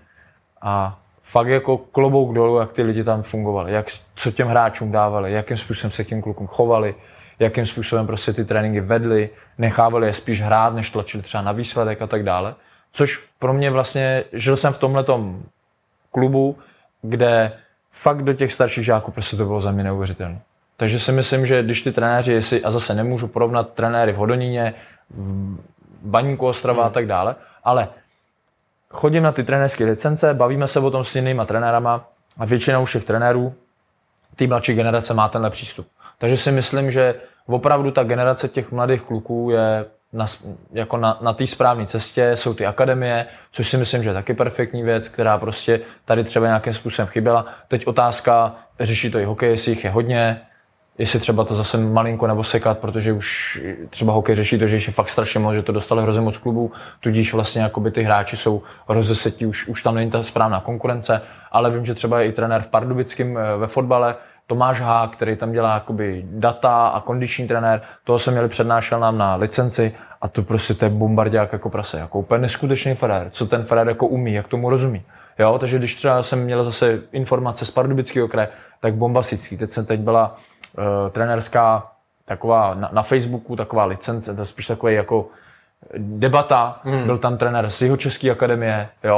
S2: a fakt jako klobouk dolů, jak ty lidi tam fungovali, jak, co těm hráčům dávali, jakým způsobem se k těm klukům chovali, jakým způsobem prostě ty tréninky vedli, nechávali je spíš hrát, než tlačili třeba na výsledek a tak dále. Což pro mě vlastně, žil jsem v tomhletom klubu, kde fakt do těch starších žáků prostě to bylo za mě neuvěřitelné. Takže si myslím, že když ty trenéři, jestli, a zase nemůžu porovnat trenéry v Hodoníně, v Baníku Ostrava hmm. a tak dále, ale chodím na ty trenérské licence, bavíme se o tom s jinýma trenérama a většinou všech trenérů té mladší generace má tenhle přístup. Takže si myslím, že opravdu ta generace těch mladých kluků je na, jako na, na té správné cestě, jsou ty akademie, což si myslím, že je taky perfektní věc, která prostě tady třeba nějakým způsobem chyběla. Teď otázka, řeší to i hokej, jestli jich je hodně, jestli třeba to zase malinko neosekat, protože už třeba hokej řeší to, že je fakt strašně moc, že to dostali hrozně moc klubů, tudíž vlastně jakoby ty hráči jsou rozesetí, už, už tam není ta správná konkurence, ale vím, že třeba je i trenér v Pardubickém ve fotbale, Tomáš Hák, který tam dělá jakoby data a kondiční trenér, toho jsem měli přednášel nám na licenci a to prostě to je bombardiák jako prase, jako úplně neskutečný Ferrer, co ten Ferrer jako umí, jak tomu rozumí. Jo, takže když třeba jsem měl zase informace z Pardubického kraje, tak bombasický. Teď jsem teď byla uh, trenérská taková na, na Facebooku, taková licence, to je spíš takový jako debata, hmm. byl tam trenér z Jihočeské akademie, jo,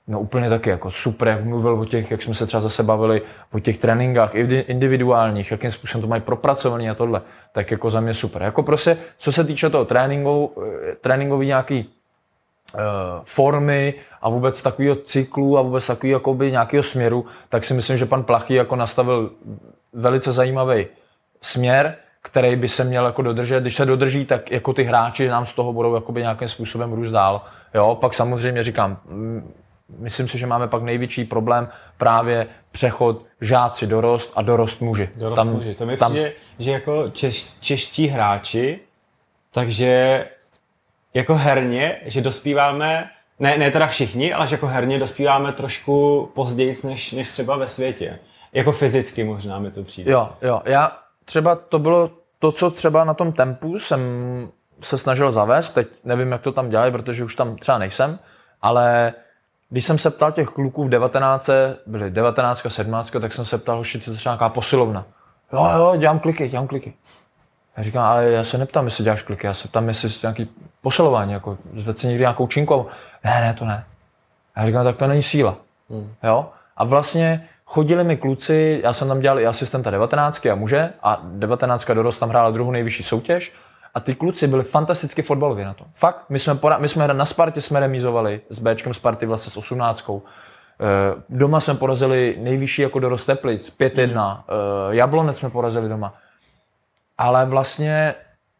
S2: No úplně taky, jako super, jak mluvil o těch, jak jsme se třeba zase bavili, o těch tréninkách individuálních, jakým způsobem to mají propracovaný a tohle, tak jako za mě super. Jako prostě, co se týče toho tréninku, tréninkový nějaký uh, formy a vůbec takového cyklu a vůbec takového jakoby nějakého směru, tak si myslím, že pan Plachý jako nastavil velice zajímavý směr, který by se měl jako dodržet. Když se dodrží, tak jako ty hráči nám z toho budou jakoby nějakým způsobem růst dál. Jo, pak samozřejmě říkám, myslím si, že máme pak největší problém právě přechod žáci dorost a dorost muži.
S1: Dorost tam, muži. To mi tam... přijde, že jako češ, čeští hráči, takže jako herně, že dospíváme, ne, ne teda všichni, ale že jako herně dospíváme trošku později, než, než třeba ve světě. Jako fyzicky možná mi to přijde.
S2: Jo, jo. Já třeba to bylo to, co třeba na tom tempu jsem se snažil zavést. Teď nevím, jak to tam dělají, protože už tam třeba nejsem, ale když jsem se ptal těch kluků v devatenáctce, byly devatenáctka, sedmnáctka, tak jsem se ptal, hoši, co to je nějaká posilovna. Jo, jo, dělám kliky, dělám kliky. Já říkám, ale já se neptám, jestli děláš kliky, já se ptám, jestli jsi nějaký posilování, jako zvedl si někdy nějakou činkou. Ne, ne, to ne. Já říkám, tak to není síla. Hmm. Jo? A vlastně chodili mi kluci, já jsem tam dělal i asistenta devatenáctky a muže a devatenáctka dorost tam hrála druhou nejvyšší soutěž a ty kluci byli fantasticky fotbaloví na to. Fakt, my jsme, pora- my jsme na Spartě jsme remízovali s Bčkem Sparty vlastně s osmnáctkou. E, doma jsme porazili nejvyšší jako dorost Teplic, pět jedna. E, Jablonec jsme porazili doma. Ale vlastně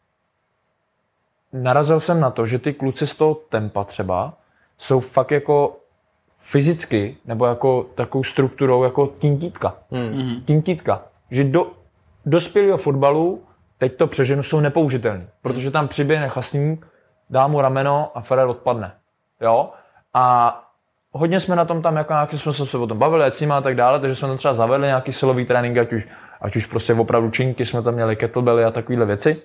S2: narazil jsem na to, že ty kluci z toho tempa třeba jsou fakt jako fyzicky, nebo jako takovou strukturou jako tintítka. Mm. Tintítka. Že do dospělého fotbalu, teď to přeženu, jsou nepoužitelný. Protože tam přiběhne chasník, dá mu rameno a Ferrer odpadne. Jo? A hodně jsme na tom tam, jako nějaký jsme se o tom bavili, ať s nima a tak dále, takže jsme tam třeba zavedli nějaký silový trénink, ať už, ať už prostě opravdu činky, jsme tam měli kettlebelly a takovéhle věci.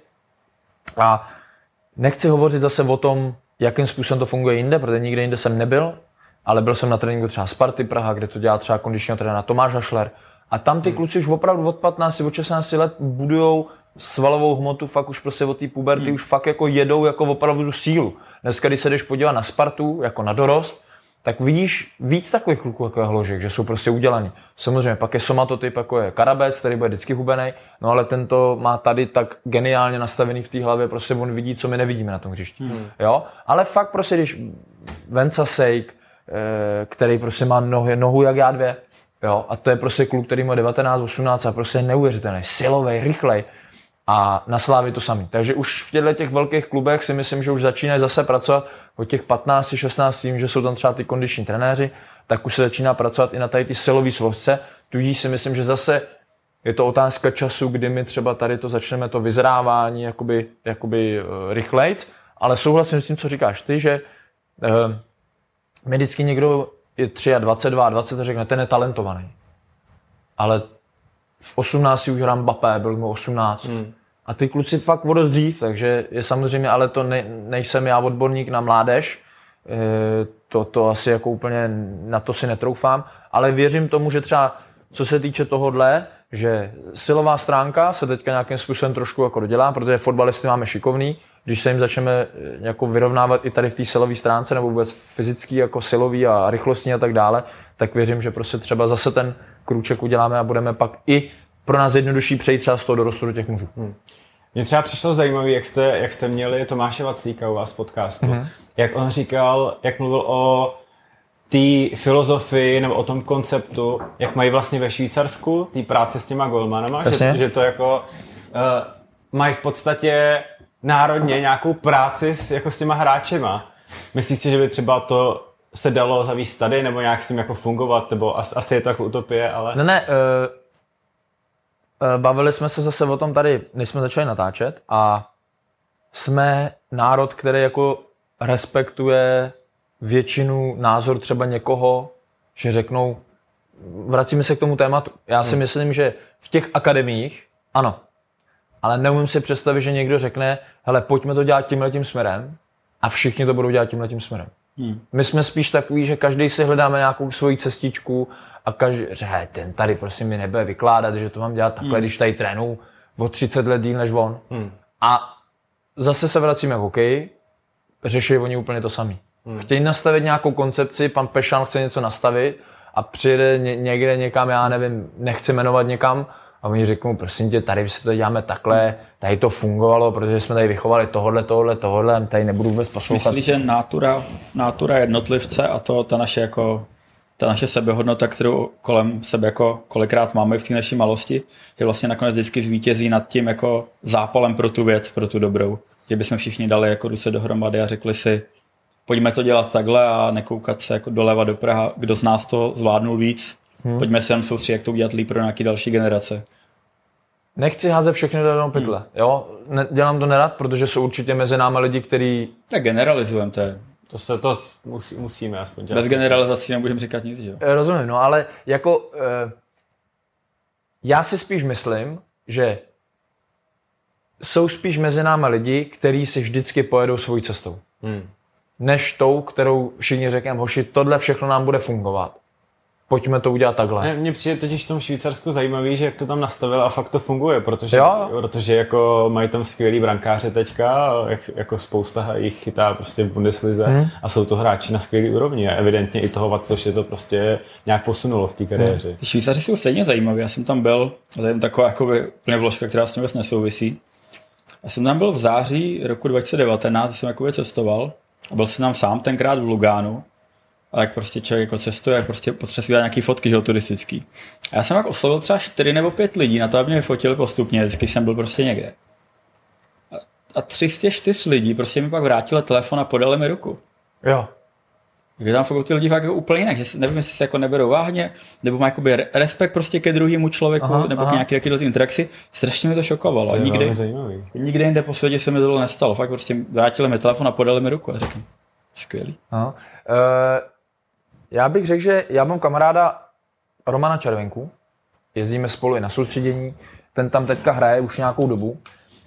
S2: A nechci hovořit zase o tom, jakým způsobem to funguje jinde, protože nikde jinde jsem nebyl, ale byl jsem na tréninku třeba Sparty Praha, kde to dělá třeba kondičního trenéra Tomáš Hašler. A tam ty kluci už opravdu od patnácti, od šestnácti let budujou svalovou hmotu, fakt už prostě od té puberty, hmm. už fakt jako jedou jako opravdu tu sílu. Dneska, když se jdeš podívat na Spartu, jako na dorost, tak vidíš víc takových kluků jako je Hložek, že jsou prostě udělaný. Samozřejmě pak je somatotyp, jako je Karabec, který bude vždycky hubenej, no ale tento má tady tak geniálně nastavený v té hlavě, prostě on vidí, co my nevidíme na tom hřišti. Hmm. Jo? Ale fakt prostě, když Venca Sejk, který prostě má nohy, nohu jak já dvě, jo? A to je prostě kluk, který má devatenáct, osmnáct a prostě neuvěřitelný, silový, rychlej. A na Slávii to samý. Takže už v těchto těch velkých klubech si myslím, že už začínají zase pracovat od těch patnáct šestnáct tím, že jsou tam třeba ty kondiční trenéři, tak už se začíná pracovat i na tady ty silový svozce. Tudíž si myslím, že zase je to otázka času, kdy my třeba tady to začneme to vyzrávání jakoby, jakoby uh, rychlejc, ale souhlasím s tím, co říkáš ty, že uh, mi vždycky někdo je dvacet tři, dvacet dva a řekne, ten je talentovaný. Ale v osmnácti už hrám Mbappé, byl mu osmnáct. Hmm. A ty kluci fakt o dost dřív, takže je samozřejmě, ale to ne, nejsem já odborník na mládež, e, to, to asi jako úplně na to si netroufám, ale věřím tomu, že třeba co se týče tohodle, že silová stránka se teďka nějakým způsobem trošku jako dodělá, protože fotbalisty máme šikovný, když se jim začneme jako vyrovnávat i tady v té silové stránce nebo vůbec fyzický jako silový a rychlostní a tak dále, tak věřím, že prostě třeba zase ten krůček uděláme a budeme pak i pro nás jednodušší přejít třeba z toho dorostu do těch mužů. Hmm.
S1: Mně třeba přišlo zajímavé, jak jste, jak jste měli Tomáše Vaclíka u vás v podcastu. Mm-hmm. Jak on říkal, jak mluvil o té filozofii nebo o tom konceptu, jak mají vlastně ve Švýcarsku té práce s těma golmanama, že, že to jako uh, mají v podstatě národně nějakou práci s, jako s těma hráčema. Myslíš si, že by třeba to se dalo zavíst tady nebo nějak s tím jako fungovat, nebo asi, asi je to jako utopie, ale...
S2: Ne, ne, uh... Bavili jsme se zase o tom tady, než jsme začali natáčet a jsme národ, který jako respektuje většinu názor třeba někoho, že řeknou, vracíme se k tomu tématu. Já si hmm. myslím, že v těch akademiích, ano, ale neumím si představit, že někdo řekne, hele, pojďme to dělat tímhletím směrem a všichni to budou dělat tímhletím směrem. Hmm. My jsme spíš takový, že každý si hledáme nějakou svoji cestičku a každý říká, ten tady prosím mi nebude vykládat, že to mám dělat takhle, hmm. když tady trénu o třicet let díl než on. Hmm. A zase se vracíme k hokeji, řeší oni úplně to samý. Hmm. Chtějí nastavit nějakou koncepci, pan Pešan chce něco nastavit a přijede ně, někde někam, já nevím, nechci jmenovat někam a oni řeknou, prosím tě, tady si to děláme takhle, tady to fungovalo, protože jsme tady vychovali tohodle, tohodle, tohodle, tady nebudu vůbec poslouchat.
S3: Myslíš, že nátura, nátura jednotlivce a to ta naše jako ta naše sebehodnota, kterou kolem sebe jako kolikrát máme v té naší malosti, je vlastně nakonec vždycky zvítězí nad tím jako zápalem pro tu věc, pro tu dobrou. Že bychom všichni dali jako ruce dohromady a řekli si, pojďme to dělat takhle a nekoukat se jako doleva do Praha, kdo z nás to zvládnul víc. Hmm. Pojďme se jen soustředit, jak to udělat líp pro nějaký další generace.
S2: Nechci házet všechny do jednoho pytle, hmm. jo? Ne, dělám to nerad, protože jsou určitě mezi námi lidi, kteří...
S3: Tak generalizujeme, to je...
S1: To se to musí, musíme aspoň dělat.
S3: Bez generalizací nemůžeme říkat nic, že jo?
S2: Rozumím, no ale jako... Eh, já si spíš myslím, že jsou spíš mezi námi lidi, kteří si vždycky pojedou svou cestou. Hmm. Než tou, kterou všichni řekneme, hoši, tohle všechno nám bude fungovat. Pojďme to udělat takhle.
S1: Mně přijde totiž v tom Švýcarsku zajímavý, že jak to tam nastavil a fakt to funguje, protože, protože jako mají tam skvělý brankáře teďka, jak, jako spousta jich chytá prostě v Bundeslize hmm. a jsou to hráči na skvělý úrovni a evidentně i toho Vattoš je to prostě nějak posunulo v té kariéře.
S3: Hmm. Ty Švýcaři jsou stejně zajímaví, já jsem tam byl, to je taková jakoby úplně vložka, která s tím vůbec nesouvisí. Já jsem tam byl v září roku dva tisíce devatenáct, jsem jakoby cestoval a byl jsem tam sám tenkrát v Lugánu. A jak prostě člověk jako cestuje, jak prostě potřebuje nějaký fotky, že jo, turistický. A já jsem tak oslovil třeba čtyři nebo pět lidí na to, aby mě vyfotili postupně, vždycky jsem byl prostě někde. A, a tři z těch čtyř lidí prostě mi pak vrátili telefon a podali mi ruku.
S2: Jo.
S3: Takže tam fakt ty lidi fakt jako úplně jinak, že nevím, jestli se jako neberou vážně, nebo má jakoby respekt prostě ke druhému člověku, aha, nebo aha. k nějaké takovéhle interakci. Strašně mi to šokovalo.
S1: To je
S3: nikdy,
S1: zajímavý.
S3: Nikdy jinde po světě se mi tohle nestalo. Fakt prostě vrátili mi telefon a podali mi ruku a řekl, skvělý.
S2: Aha. Uh... Já bych řekl, že já mám kamaráda Romana Červenku, jezdíme spolu i na soustředění, ten tam teďka hraje už nějakou dobu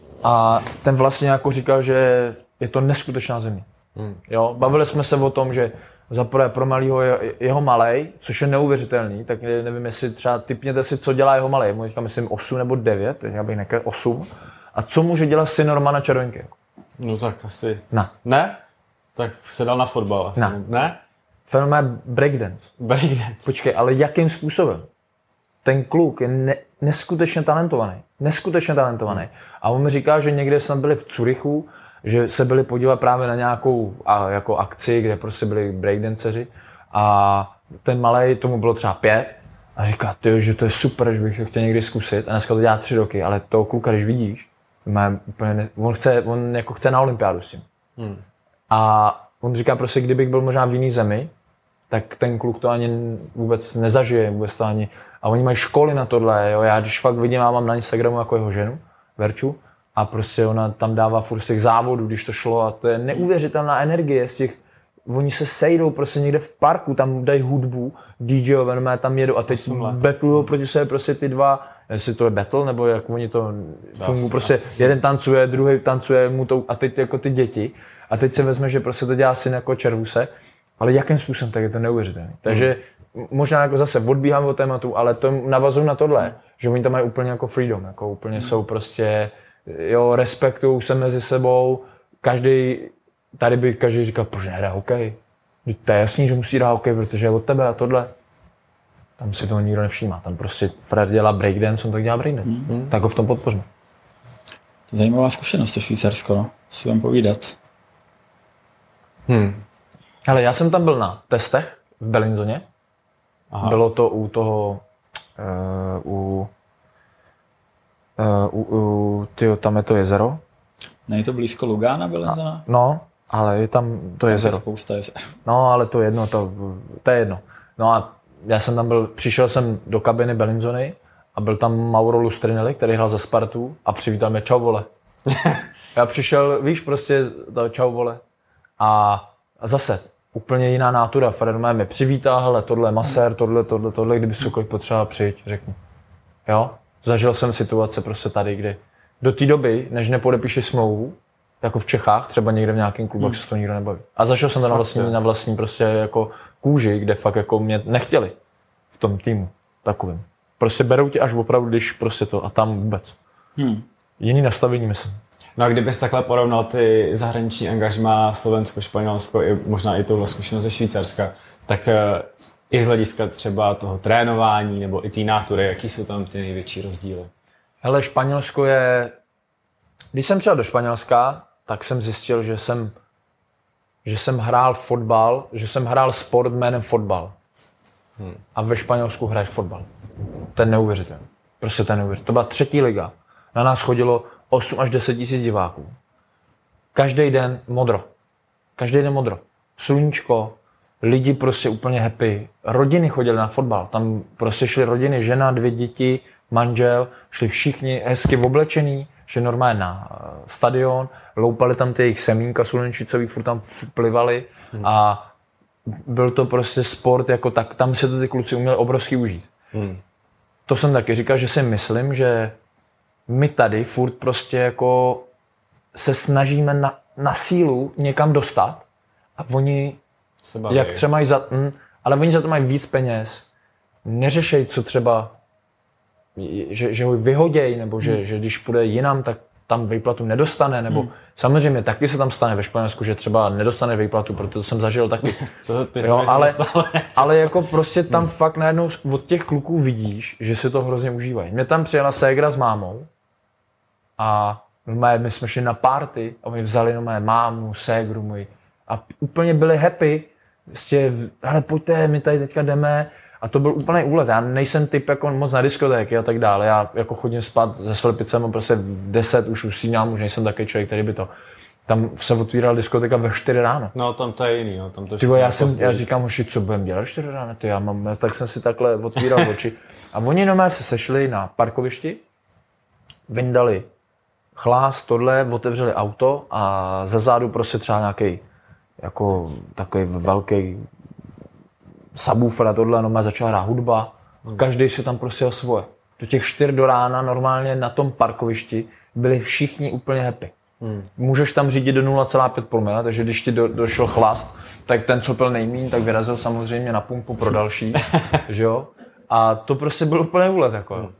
S2: a ten vlastně jako říkal, že je to neskutečná země. Hmm. Jo, bavili jsme se o tom, že za prvé pro malýho je, jeho malej, což je neuvěřitelný, tak nevím, jestli třeba tipněte si, co dělá jeho malej, mu říkám, myslím osm nebo devět, já bych nekal osm. A co může dělat syn Romana Červenky?
S1: No tak asi...
S2: Ne.
S1: Ne? Tak se dal na fotbal asi.
S2: Ne?
S1: Ne?
S2: Fenomén breakdance.
S1: Breakdance.
S2: Počkej, ale jakým způsobem? Ten kluk je ne, neskutečně talentovaný. Neskutečně talentovaný. A on mi říkal, že někde jsme byli v Curychu, že se byli podívat právě na nějakou a, jako akci, kde prostě byli breakdanceři a ten malej, tomu bylo třeba pět a říká, tyjo, že to je super, že bych to chtěl někdy zkusit a dneska to dělá tři roky, ale toho kluka, když vidíš, má úplně ne, on, chce, on jako chce na olympiádu s tím. Hmm. A on říká prostě, kdybych byl možná v jiný zemi, tak ten kluk to ani vůbec nezažije, vůbec to ani. A oni mají školy na tohle, jo. Já když fakt vidím, já mám na Instagramu jako jeho ženu, Verču, a prostě ona tam dává furt z těch závodů, když to šlo a to je neuvěřitelná energie z těch, oni se sejdou prostě někde v parku, tam dají hudbu, DJové, tam jedou a teď battlují proti sebe prostě ty dva, jestli to je battle, nebo jak oni to fungují, prostě jeden tancuje, druhý tancuje mu to a teď jako ty děti. A teď se vezme, že prostě to dělá syn jako Červuse, ale jakým způsobem, tak je to neuvěřitelné. Mm. Takže možná jako zase odbíhám od tématu, ale to navazuju na tohle, že oni tam mají úplně jako freedom, jako úplně mm. jsou prostě, jo, respektují se mezi sebou, každý, tady by každý říkal, proč nehrá hokej? To je jasný, že musí hrát hokej, protože je od tebe a tohle. Tam si toho nikdo nevšímá, tam prostě Fred dělá breakdance, on tak dělá breakdance, mm. tak ho v tom podpořme.
S3: Zajímavá zkušenost to Švýcarsko, no, si vám povídat.
S2: Hmm. Ale já jsem tam byl na testech v Bellinzoně. Aha. Bylo to u toho, uh, u, uh, u, u tyjo, tam je to jezero.
S3: Není to blízko Lugána, Bellinzona?
S2: No, ale je tam to tam jezero.
S3: Je spousta jezer.
S2: No, ale to jedno, to, to je jedno. No a já jsem tam byl, přišel jsem do kabiny Bellinzony a byl tam Mauro Lustrinelli, který hrál za Spartu a přivítal mě, čau vole. Já přišel, víš, prostě to čau vole. A zase, úplně jiná nátura. Fred mě přivítal, hele, tohle je masér, tohle, tohle, tohle, kdyby cokoliv potřeba přijít, řeknu. Jo? Zažil jsem situace prostě tady, kdy do té doby, než nepodepíši smlouvu, jako v Čechách, třeba někde v nějakém klubu, hmm. se to nikdo nebaví. A zažil jsem to na vlastní, na vlastní prostě jako kůži, kde fakt jako mě nechtěli v tom týmu takovým. Prostě berou tě až opravdu, když prostě to a tam vůbec. Hmm. Jiný nastavení, myslím.
S1: No a kdybys takhle porovnal ty zahraniční angažmá Slovensko, Španělsko, i možná i touhle zkušenost ze Švýcarska, tak i z hlediska třeba toho trénování nebo i té nátury, jaký jsou tam ty největší rozdíly?
S2: Hele, Španělsko je... Když jsem přijel do Španělska, tak jsem zjistil, že jsem, že jsem hrál fotbal, že jsem hrál sport jménem fotbal. Hmm. A ve Španělsku hraješ fotbal. To je neuvěřitelné. Prostě to je neuvěřitelné. To byla třetí liga. Na nás chodilo osm až deset tisíc diváků. Každý den modro. Každý den modro. Sluníčko, lidi prostě úplně happy. Rodiny chodily na fotbal. Tam prostě šly rodiny, žena, dvě děti, manžel, šli všichni hezky oblečený, šli normálně na stadion, loupali tam ty jejich semínka slunečnicový, furt tam plivali hmm. a byl to prostě sport, jako tak, tam se to ty kluci uměli obrovský užít. Hmm. To jsem taky říkal, že si myslím, že my tady furt prostě jako se snažíme na, na sílu někam dostat a oni, jak třeba mají za, hm, ale oni za to mají víc peněz, neřešej, co třeba, že, že ho vyhoděj, nebo že, hmm. že když půjde jinam, tak tam výplatu nedostane, nebo hmm. samozřejmě taky se tam stane ve Španělsku, že třeba nedostane výplatu, protože to jsem zažil taky.
S1: To, ty
S2: jo, ale, ale jako prostě tam hmm. fakt najednou od těch kluků vidíš, že si to hrozně užívají. Mě tam přijela ségra s mámou a my jsme šli na party a oni vzali no, mámu, ségru můj a úplně byli happy. Prostě, hele pojďte, my tady teďka jdeme. A to byl úplný úlet. Já nejsem typ jako moc na diskotéky a tak dále. Já jako chodím spát se slepicem a prostě v deset už usínám, už nejsem takový člověk, který by to... Tam se otvírala diskotéka ve čtyři ráno.
S1: No tam to je jiný, no. Tam to
S2: Tyvo, já, jsem, já říkám, hoši, co budem dělat čtyři ráno? To já mám, tak jsem si takhle otvíral oči. A oni normálně se sešli na parkovišti, vyndali chlás, tohle, otevřeli auto a ze zádu prostě třeba nějaký jako takový velký subwoofer a tohle, no začala hrát hudba. Každý si tam prostě o svoje. Do těch čtyř do rána normálně na tom parkovišti byli všichni úplně happy. Hmm. Můžeš tam řídit do nula celá pět promile, takže když ti do, došel chlast, tak ten, co pil nejmíň, tak vyrazil samozřejmě na pumpu pro další, že jo? A to prostě byl úplně úlet, jako. Hmm.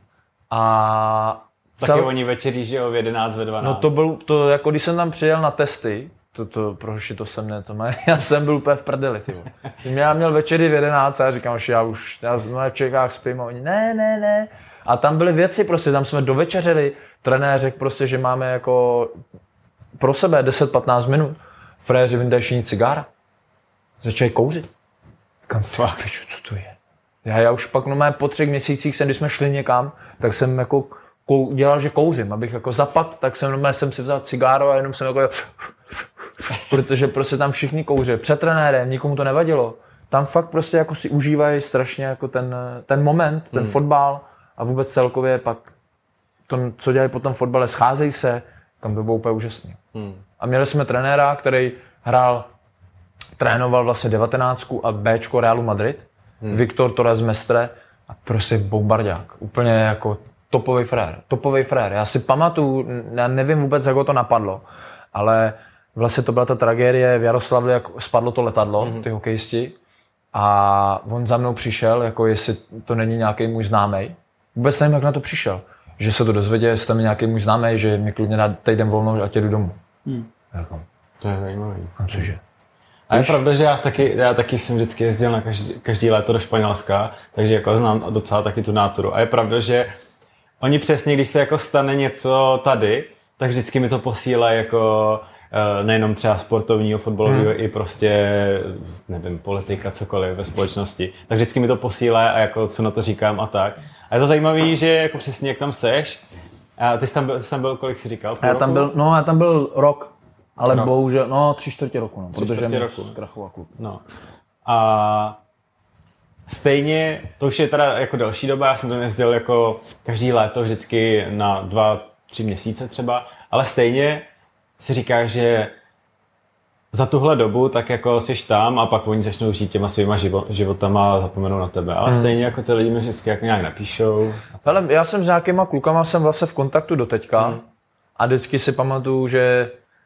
S2: A
S1: taky cel... oni večeří, že jo, v jedenáct, ve dvanáct.
S2: No to byl, to jako když jsem tam přijel na testy, To, to, proši, to jsem ne, to má, já jsem byl úplně v prdeli, tyvo. Já měl večeři v jedenáct a já říkám, že já už já v Čechách spím a oni ne, ne, ne. A tam byly věci prostě, tam jsme dovečeřili, trenér řekl prostě, že máme jako pro sebe deset patnáct minut. Fréři vyndají všichni cigára. Začali kouřit. Říkám, fakt, co to je? Já, já už pak no mé po třech měsících jsem, když jsme šli někam, tak jsem jako kou, dělal, že kouřím, abych jako zapad, tak jsem, no, jsem si vzal cigáro a jenom jsem jako protože prostě tam všichni kouří. Před trenérem, nikomu to nevadilo. Tam fakt prostě jako si užívají strašně jako ten, ten moment, ten hmm. fotbal a vůbec celkově pak to, co dělají po tom fotbale, scházejí se, tam to bylo úplně úžasný. Hmm. A měli jsme trenéra, který hrál, trénoval vlastně devatenáctku a Bčko Realu Madrid, hmm. Viktor Torres Mestre a prostě bombardák. Úplně jako topový frér. Topový frér. Já si pamatuju, já nevím vůbec, jak ho to napadlo, ale vlastně to byla ta tragédie v Jaroslavli, jak spadlo to letadlo, mm-hmm. ty hokejisti. A on za mnou přišel, jako jestli to není nějaký můj známej. Vůbec nevím, jak na to přišel. Že se to dozvěděl, jestli tam je nějaký můj známej, že mi klidně dá týden volnou a tě jdu domů. Mm. Jako.
S1: To je zajímavý.
S2: A cože?
S1: A je pravda, že já taky, já taky jsem vždycky jezdil na každý, každý léto do Španělska, takže jako znám docela taky tu náturu. A je pravda, že oni přesně, když se jako stane něco tady, tak vždycky mi to posílají jako nejenom třeba sportovního, fotbalového, hmm. i prostě, nevím, politika, cokoliv ve společnosti. Tak vždycky mi to posílá a jako co na to říkám a tak. A je to zajímavé, že jako přesně jak tam seš. A ty jsi tam byl, jsi tam byl kolik jsi říkal?
S2: Já tam byl, no já tam byl rok, ale rok. Bohužel, no tři čtvrtě roku, no,
S1: tři
S2: protože
S1: roku.
S2: zkrachoval klub.
S1: No. A stejně, to už je teda jako další doba, já jsem tam jezdil jako každý léto vždycky na dva, tři měsíce třeba, ale stejně si říkáš, že za tuhle dobu tak jako jsi tam a pak oni začnou žít těma svýma životama a zapomenou na tebe. Ale hmm. stejně jako ty lidi mi vždycky jako nějak napíšou.
S2: Ale já jsem s nějakýma klukama jsem vlastně v kontaktu do teďka hmm. a vždycky si pamatuju, že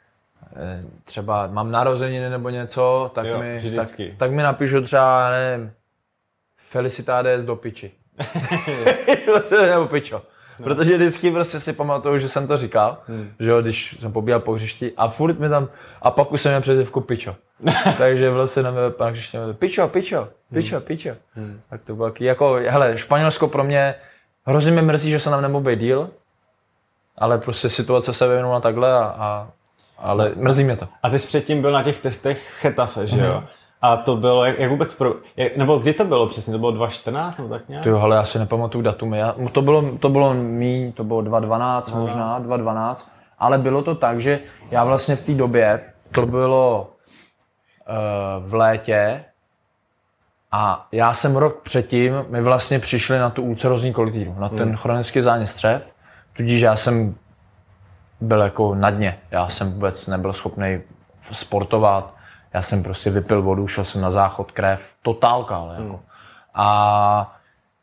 S2: třeba mám narozeniny nebo něco, tak, jo, mi, tak, tak mi napíšu třeba, nevím, Felicidades do piči. Nebo pičo. protože vždycky prostě si pamatuju, že jsem to říkal, hmm. že jo, když jsem pobíhal po hřišti a furt mi tam, a pak už jsem měl přezivku Pičo. Takže vlastně na mě pan hřiště měl Pičo, Pičo, Pičo, Pičo. Hmm. Tak to bylo taky, jako, hele, Španělsko pro mě, hrozně mi mrzí, že se nám nemohl být díl, ale prostě situace se vyvinula takhle a, a ale mrzí mě to.
S1: A ty jsi předtím byl na těch testech v Chetafe, že jo? Mm-hmm. A to bylo, jak, jak vůbec, pro, jak, nebo kdy to bylo přesně? To bylo dva tisíce čtrnáct nebo tak nějak?
S2: Ty jo, hele, já si nepamatuju datumy. Já, to bylo, to bylo míň, to bylo dva tisíce dvanáct možná, dva tisíce dvanáct. Ale bylo to tak, že já vlastně v té době, to bylo uh, v létě a já jsem rok předtím, my vlastně přišli na tu ulcerozní kolitídu, na ten hmm. chronický zánět střev, tudíž já jsem byl jako na dně. Já jsem vůbec nebyl schopný sportovat. Já jsem prostě vypil vodu, šel jsem na záchod, krev. Totálka, ale jako. Hmm. A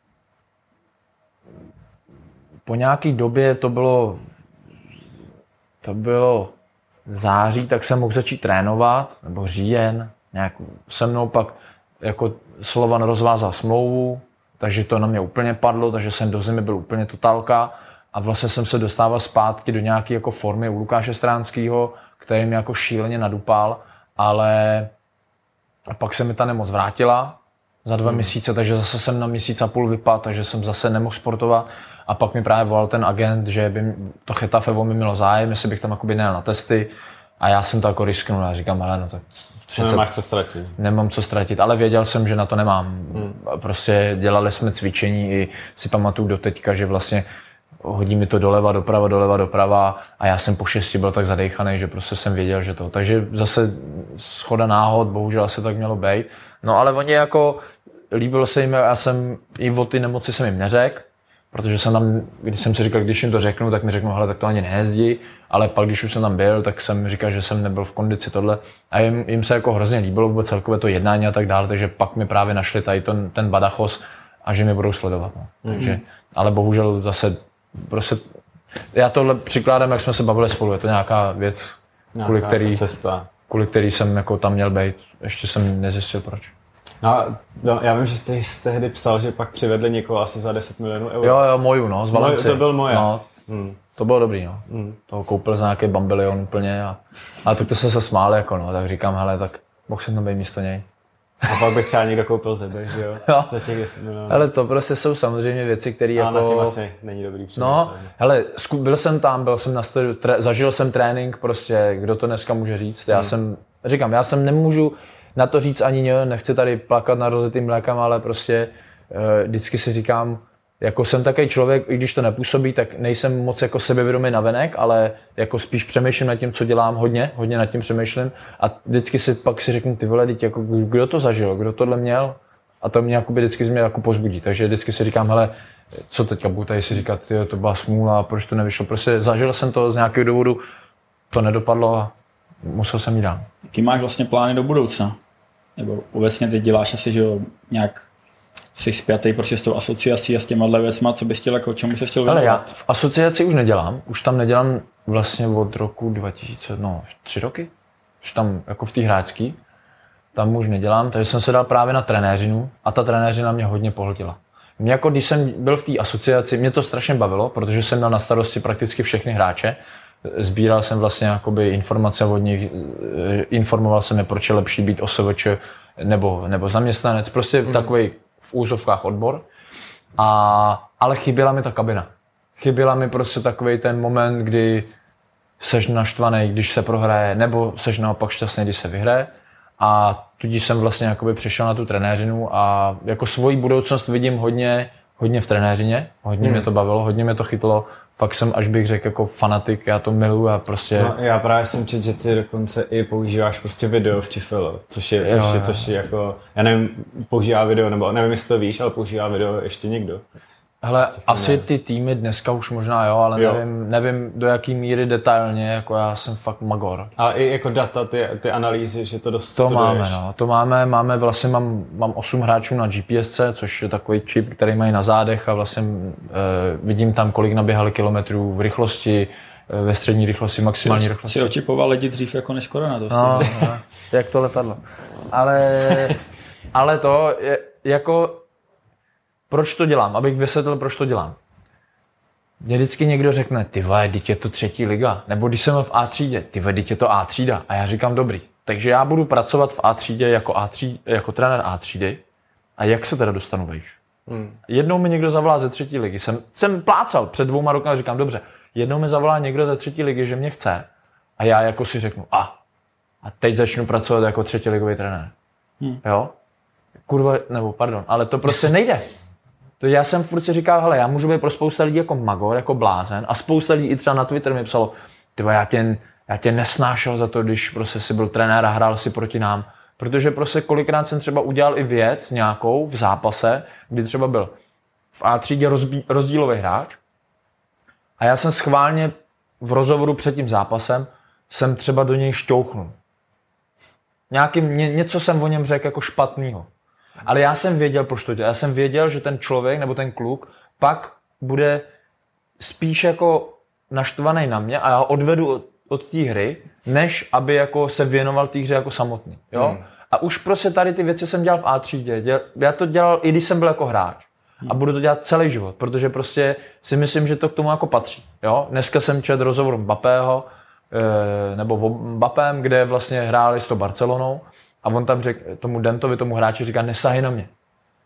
S2: po nějaký době to bylo to bylo září, tak jsem mohl začít trénovat, nebo říjen. Nějak se mnou pak jako Slovan rozvázal smlouvu, takže to na mě úplně padlo, takže jsem do zimy byl úplně totálka. A vlastně jsem se dostával zpátky do nějaké jako formy u Lukáše Stránského, který mě jako šíleně nadupal, ale pak se mi ta nemoc vrátila za dva hmm. měsíce, takže zase jsem na měsíc a půl vypadl, takže jsem zase nemohl sportovat. A pak mi právě volal ten agent, že by to Chetafe o mě mělo zájem, jestli bych tam jakoby nejel na testy. A já jsem to jako risknul a říkám, ale no tak...
S1: Přece nemáš co ztratit.
S2: Nemám co ztratit, ale věděl jsem, že na to nemám. Hmm. Prostě dělali jsme cvičení i si pamatuju do teďka, že vlastně hodí mi to doleva, doprava, doleva, doprava a já jsem po šesti byl tak zadejchaný, že prostě jsem věděl, že to. Takže zase shoda náhod, bohužel asi tak mělo být. No ale oni jako, líbilo se jim, já jsem i o ty nemoci jsem jim neřekl, protože jsem tam, když jsem si říkal, když jim to řeknu, tak mi řeknu, hele, tak to ani nejezdí, ale pak když už jsem tam byl, tak jsem říkal, že jsem nebyl v kondici tohle a jim, jim se jako hrozně líbilo vůbec celkové to jednání a tak dále, takže pak mi právě našli tady ten, ten Badajoz a že mě budou sledovat. No. Mm-hmm. Takže, ale bohužel zase prostě, já tohle přikládám, jak jsme se bavili spolu, je to nějaká věc, nějaká kvůli který,
S1: cesta.
S2: kvůli který jsem jako tam měl být, ještě jsem nezjistil proč.
S1: No, no, já vím, že jste tehdy psal, že pak přivedli někoho asi za deset milionů eur.
S2: Jo, jo, moju, no, z Valencie.
S1: To byl moje.
S2: No, hmm. To bylo dobrý, no. Hmm. To koupil za nějaký bambilion úplně a, a tak to jsem se smál, jako no, tak říkám, hele, tak mohl jsem tam být místo něj.
S1: A pak bych třeba někdo koupil tebe, že jo?
S2: jo.
S1: Za těch deset milionů.
S2: Ale to prostě jsou samozřejmě věci, které jako...
S1: A na tím asi není dobrý přemýšlení.
S2: No, hele, byl jsem tam, byl jsem na studiu, tré, zažil jsem trénink, prostě, kdo to dneska může říct. Já hmm. jsem, říkám, já jsem nemůžu na to říct ani ne, nechci tady plakat na rozletým mlékem, ale prostě uh, vždycky si říkám, jako jsem takový člověk, i když to nepůsobí, tak nejsem moc jako sebevědomý navenek, ale jako spíš přemýšlím nad tím, co dělám, hodně, hodně nad tím přemýšlím a vždycky si pak si řeknu, ty vole, jako, kdo to zažil, kdo tohle měl a to mě jakoby vždycky mě jako pozbudí, takže vždycky si říkám, hele, co teďka budu tady si říkat, tyjo, to byla smůla, proč to nevyšlo, prostě zažil jsem to z nějakého důvodu, to nedopadlo a musel jsem jít dál.
S3: Jaký máš vlastně plány do budoucna? Nebo obecně teď děláš asi, že jo, nějak jsi spjatý prostě s tou asociací a s těma věcma, co bys chtěl, jako čemu se chtěl věnovat?
S2: Ale já v asociaci už nedělám, už tam nedělám vlastně od roku dva tisíce, no tři roky, už tam jako v té hráčský, tam už nedělám, takže jsem se dal právě na trenéřinu a ta trenéřina mě hodně pohltila. Mě jako když jsem byl v té asociaci, mě to strašně bavilo, protože jsem měl na starosti prakticky všechny hráče, sbíral jsem vlastně jakoby informace od nich, informoval jsem je, proč je lepší být O S V Č nebo, nebo zaměstnanec, prostě mm. takový v úzovkách odbor. A, ale chyběla mi ta kabina. Chyběla mi prostě takový ten moment, kdy seš naštvaný, když se prohraje, nebo seš naopak šťastný, když se vyhraje. A tudíž jsem vlastně jakoby přišel na tu trenéřinu a jako svoji budoucnost vidím hodně, hodně v trenéřině. Hodně hmm. mě to bavilo, hodně mě to chytlo. Fakt jsem, až bych řekl, jako fanatik, já to miluju a prostě...
S1: No, já právě jsem četl, že ty dokonce i používáš prostě video v Čifelu, což je, což jo, je, což je jako... Já nevím, používá video, nebo nevím, jestli to víš, ale používá video ještě někdo.
S2: Hele, asi ty týmy dneska už možná jo, ale jo. Nevím, nevím do jaký míry detailně, jako já jsem fakt magor.
S1: A i jako data, ty, ty analýzy, že to dost
S2: To
S1: studuješ.
S2: máme, no, to máme, máme vlastně mám, mám osm hráčů na G P S C, což je takový čip, který mají na zádech a vlastně eh, vidím tam, kolik naběhali kilometrů v rychlosti, eh, ve střední rychlosti, maximální
S3: si,
S2: rychlosti.
S3: Si očipoval lidi dřív jako než korona, to
S2: no, no, jak to letadlo. Ale, ale to, je, jako... Proč to dělám? Abych vysvětlil, proč to dělám. Mě vždycky někdo řekne, ty vole, teď je to třetí liga. Nebo když jsem v A třídě, ty vole, teď je to A třída. A já říkám, dobrý. Takže já budu pracovat v A třídě jako, A tří, jako trenér A třídy. A jak se teda dostanu vejš? Hmm. Jednou mi někdo zavolá ze třetí ligy. Jsem, jsem plácal před dvouma roky a říkám, dobře, jednou mi zavolá někdo ze třetí ligy, že mě chce. A já jako si řeknu, a, a teď začnu pracovat jako třetí ligový trenér. Hmm. Jo? Kurva, nebo pardon, ale to prostě nejde. To já jsem furt si říkal, hele, já můžu být pro spousta lidí jako magor, jako blázen a spousta lidí i třeba na Twitter mi psalo, tyva, já tě, já tě nesnášel za to, když prostě si byl trenér a hrál si proti nám. Protože prostě kolikrát jsem třeba udělal i věc nějakou v zápase, kdy třeba byl v A třídě rozdí, rozdílový hráč a já jsem schválně v rozhovoru před tím zápasem jsem třeba do něj šťouchnul. Nějakým, ně, něco jsem o něm řekl jako špatnýho. Ale já jsem věděl, proč to dělal. Já jsem věděl, že ten člověk nebo ten kluk pak bude spíš jako naštvaný na mě a já ho odvedu od, od té hry, než aby jako se věnoval té hře jako samotný. Jo? Hmm. A už prostě tady ty věci jsem dělal v A třídě. Děl, já to dělal, i když jsem byl jako hráč. Hmm. A budu to dělat celý život, protože prostě si myslím, že to k tomu jako patří. Jo? Dneska jsem četl rozhovor Mbappého, e, nebo o Mbappém, kde vlastně hráli s tou Barcelonou. A on tam řekl tomu Dentovi, tomu hráči, říká, nesahy na mě.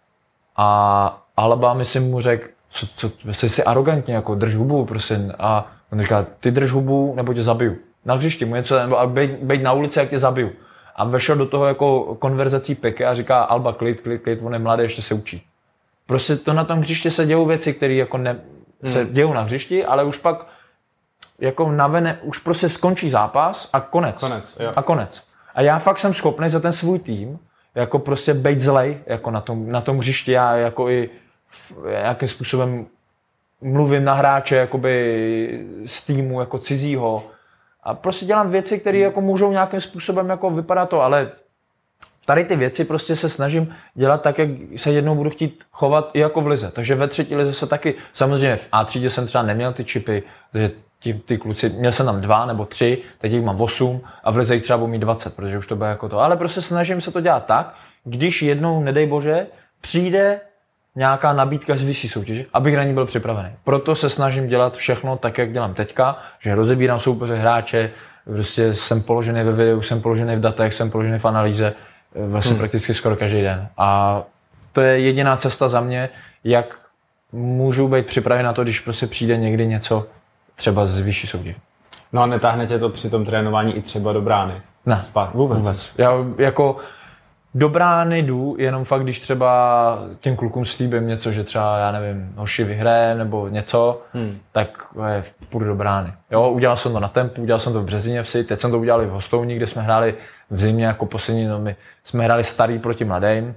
S2: A Alaba, myslím, mu řekl, co, co, jsi si arrogantně, jako drž hubu, prosím. A on říká, ty drž hubu, nebo tě zabiju. Na hřišti mu něco, nebo bejt, bejt na ulici, jak tě zabiju. A vešel do toho jako konverzací Pique a říká, Alba, klid, klid, klid, on je mladý, ještě se učí. Prostě to na tom hřišti se dějou věci, které jako ne, hmm. se dějou na hřišti, ale už pak jako navene, už prostě skončí zápas a konec.
S1: Konec, jo.
S2: A konec. A já fakt jsem schopný za ten svůj tým jako prostě bejt zlej jako na tom, na tom hřišti. Já jako i nějakým způsobem mluvím na hráče jakoby z týmu jako cizího. A prostě dělám věci, které jako můžou nějakým způsobem jako vypadat to, ale tady ty věci prostě se snažím dělat tak, jak se jednou budu chtít chovat i jako v lize. Takže ve třetí lize se taky, samozřejmě v A třídě jsem třeba neměl ty čipy, takže Ty, ty kluci, měl jsem tam dva nebo tři, teď jich mám osm a v lize jich třeba budu mít dvacet, protože už to bude jako to. Ale prostě snažím se to dělat tak, když jednou, nedej bože, přijde nějaká nabídka z vyšší soutěže, abych na ní byl připravený. Proto se snažím dělat všechno tak, jak dělám teďka, že rozebírám soupeře, hráče, prostě jsem položený ve videu, jsem položený v datech, jsem položený v analýze, vlastně hmm. prakticky skoro každý den. A to je jediná cesta za mě, jak můžu být připravený na to, když prostě přijde někdy něco třeba z vyšší soutěže.
S1: No a netáhne tě to při tom trénování i třeba do brány?
S2: Ne,
S1: Spát. Vůbec.
S2: vůbec. Já jako do brány jdu jenom fakt, když třeba těm klukům slíbím něco, že třeba, já nevím, hoši vyhraje nebo něco, hmm. tak je, půjdu do brány. Jo, udělal jsem to na Tempu, udělal jsem to v Březiněvsi, teď jsem to udělal i v Hostouni, kde jsme hráli v zimě jako poslední, no my jsme hráli starý proti mladým.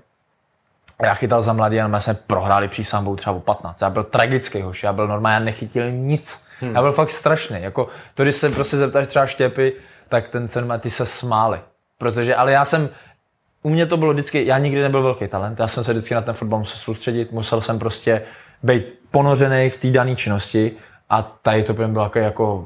S2: Já chytal za mladý a my jsme prohráli přísambou třeba o patnáct. Já byl tragický hoš, já byl normálně, já nechytil nic. Hmm. Já byl fakt strašný. Jako, to, když se prostě zeptáš třeba Štěpy, tak ten cen ty se smáli. Protože, ale já jsem, u mě to bylo vždycky, já nikdy nebyl velký talent, já jsem se vždycky na ten fotbal musel soustředit, musel jsem prostě být ponořený v té dané činnosti a tady to bylo jako... jako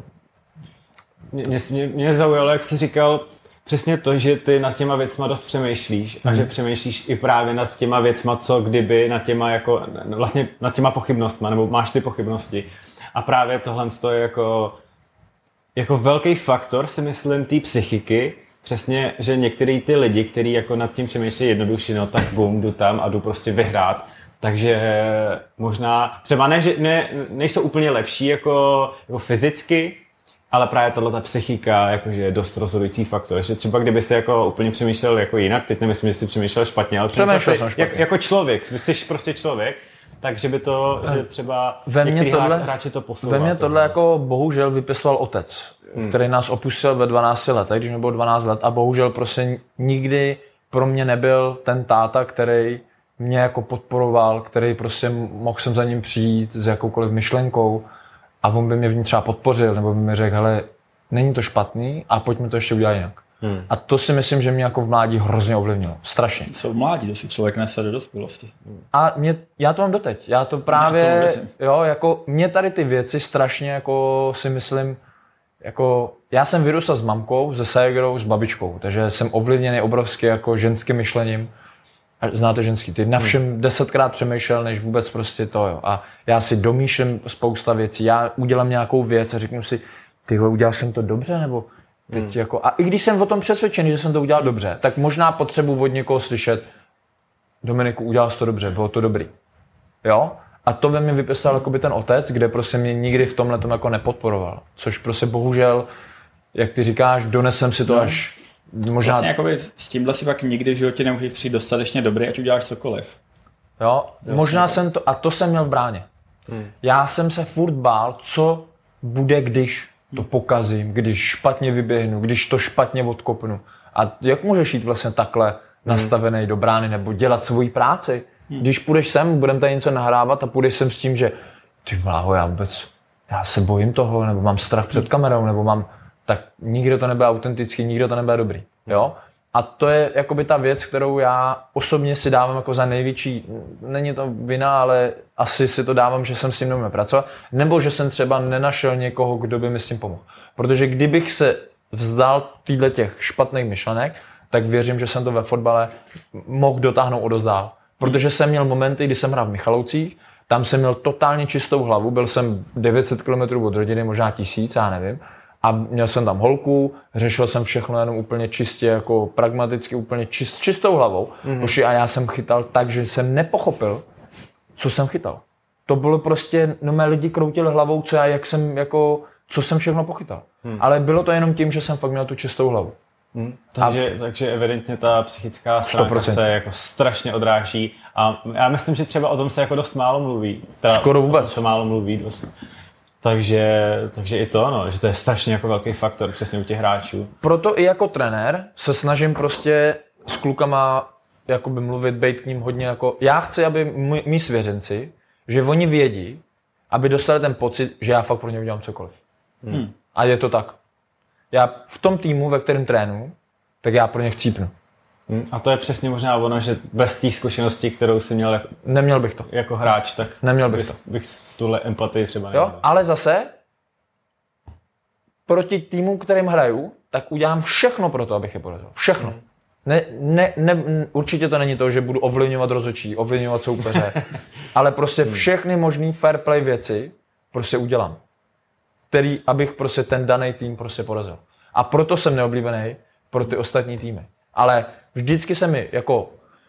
S1: mě, mě, mě zaujalo, jak jsi říkal, přesně to, že ty nad těma věcma dost přemýšlíš a hmm. že přemýšlíš i právě nad těma věcma, co kdyby, nad těma jako, vlastně nad těma pochybnostma, nebo máš ty pochybnosti. A právě tohle je jako, jako velký faktor, si myslím, té psychiky. Přesně, že některý ty lidi, kteří jako nad tím přemýšlejí jednoduše, no tak bum, jdu tam a jdu prostě vyhrát. Takže možná, třeba ne, že ne, nejsou úplně lepší jako, jako fyzicky, ale právě tato psychika jakože je dost rozhodující faktor. Že třeba kdyby se jako úplně přemýšlel jako jinak, teď nemyslím, že jsi přemýšlel špatně, ale přemýšlel špatně. Jak, jako člověk, jsi prostě člověk, takže by to, že třeba některý tohle, hráči to posouval.
S2: Ve mně tohle jako bohužel vypisoval otec, hmm. který nás opustil ve dvanácti letech, když mi bylo dvanáct let a bohužel prostě nikdy pro mě nebyl ten táta, který mě jako podporoval, který prostě mohl jsem za ním přijít s jakoukoliv myšlenkou a on by mě v ní třeba podpořil, nebo by mi řekl, hele, není to špatný a pojďme to ještě udělat jinak. Hmm. A to si myslím, že mě jako v mládí hrozně ovlivnilo. Strašně.
S3: Co v mládí, to si člověk nese do dospělosti.
S2: A mě, já to mám doteď. Já to právě, já to jo, jako mě tady ty věci strašně jako si myslím, jako já jsem vyrůstal s mamkou, se ségrou, s babičkou, takže jsem ovlivněný obrovsky jako ženským myšlením. A znáte ženský, ty na všem desetkrát přemýšlel, než vůbec prostě to, jo. A já si domýšlím spousta věcí, já udělám nějakou věc a řeknu si, ty udělal jsem to dobře, nebo teď hmm. jako, a i když jsem o tom přesvědčený, že jsem to udělal dobře, tak možná potřebuji od někoho slyšet, Dominiku, udělal jsi to dobře, bylo to dobrý, jo. A to ve mně vypěstal jakoby ten otec, kde prostě mě nikdy v tomhle tom jako nepodporoval, což prostě bohužel, jak ty říkáš, donesem si to no. až možná...
S3: Vlastně jakoby s tímhle si pak nikdy v životě nemůžeš přijít dostatečně dobrý, ať uděláš cokoliv.
S2: Jo, jo možná jsem to, a to jsem měl v bráně. Hmm. Já jsem se furt bál, co bude, když to pokazím, když špatně vyběhnu, když to špatně odkopnu. A jak můžeš jít vlastně takhle hmm. nastavený do brány nebo dělat svoji práci? Hmm. Když půjdeš sem, budeme tady něco nahrávat a půjdeš sem s tím, že ty bláho, já vůbec, já se bojím toho, nebo mám strach před kamerou, nebo mám, tak nikdo to nebude autentický, nikdo to nebude dobrý, jo? A to je jakoby ta věc, kterou já osobně si dávám jako za největší, není to vina, ale asi si to dávám, že jsem s tím neuměl pracovat, nebo že jsem třeba nenašel někoho, kdo by mi s tím pomohl. Protože kdybych se vzdal týhle těch špatných myšlenek, tak věřím, že jsem to ve fotbale mohl dotáhnout o dost dál. Protože jsem měl momenty, kdy jsem hrál v Michalovcích, tam jsem měl totálně čistou hlavu, byl jsem devět set kilometrů od rodiny, možná tisíc, já nevím. A měl jsem tam holku, řešil jsem všechno jenom úplně čistě, jako pragmaticky, úplně čist, čistou hlavou. Mm-hmm. A já jsem chytal tak, že jsem nepochopil, co jsem chytal. To bylo prostě, no mé lidi kroutili hlavou, co já, jak jsem, jako, co jsem všechno pochytal. Mm. Ale bylo to jenom tím, že jsem fakt měl tu čistou hlavu.
S1: Hmm. Takže, a... takže evidentně ta psychická stránka sto procent se jako strašně odráží a já myslím, že třeba o tom se jako dost málo mluví. Teda
S2: skoro vůbec.
S1: Se málo mluví dost. Takže, takže i to, no, že to je strašně jako velký faktor přesně u těch hráčů.
S2: Proto i jako trenér se snažím prostě s klukama jakoby mluvit, bejt k ním hodně jako, já chci, aby mý svěřenci, že oni vědí, aby dostali ten pocit, že já fakt pro ně udělám cokoliv. Hmm. A je to tak. Já v tom týmu, ve kterém trénu, tak já pro ně chcípnu.
S1: Hmm. A to je přesně možná ono, že bez té zkušenosti, kterou jsi měl jako,
S2: neměl bych to.
S1: Jako hráč, tak
S2: neměl bych,
S1: bych,
S2: to.
S1: bych tuhle empatii třeba neměl.
S2: Jo, ale zase proti týmu, kterým hraju, tak udělám všechno pro to, abych je porazil. Všechno. Hmm. Ne, ne, ne, určitě to není to, že budu ovlivňovat rozhodčí, ovlivňovat soupeře, ale prostě všechny možný fair play věci prostě udělám. Který, abych prostě ten daný tým prostě porazil. A proto jsem neoblíbený pro ty ostatní týmy. Ale vždycky se mi jako,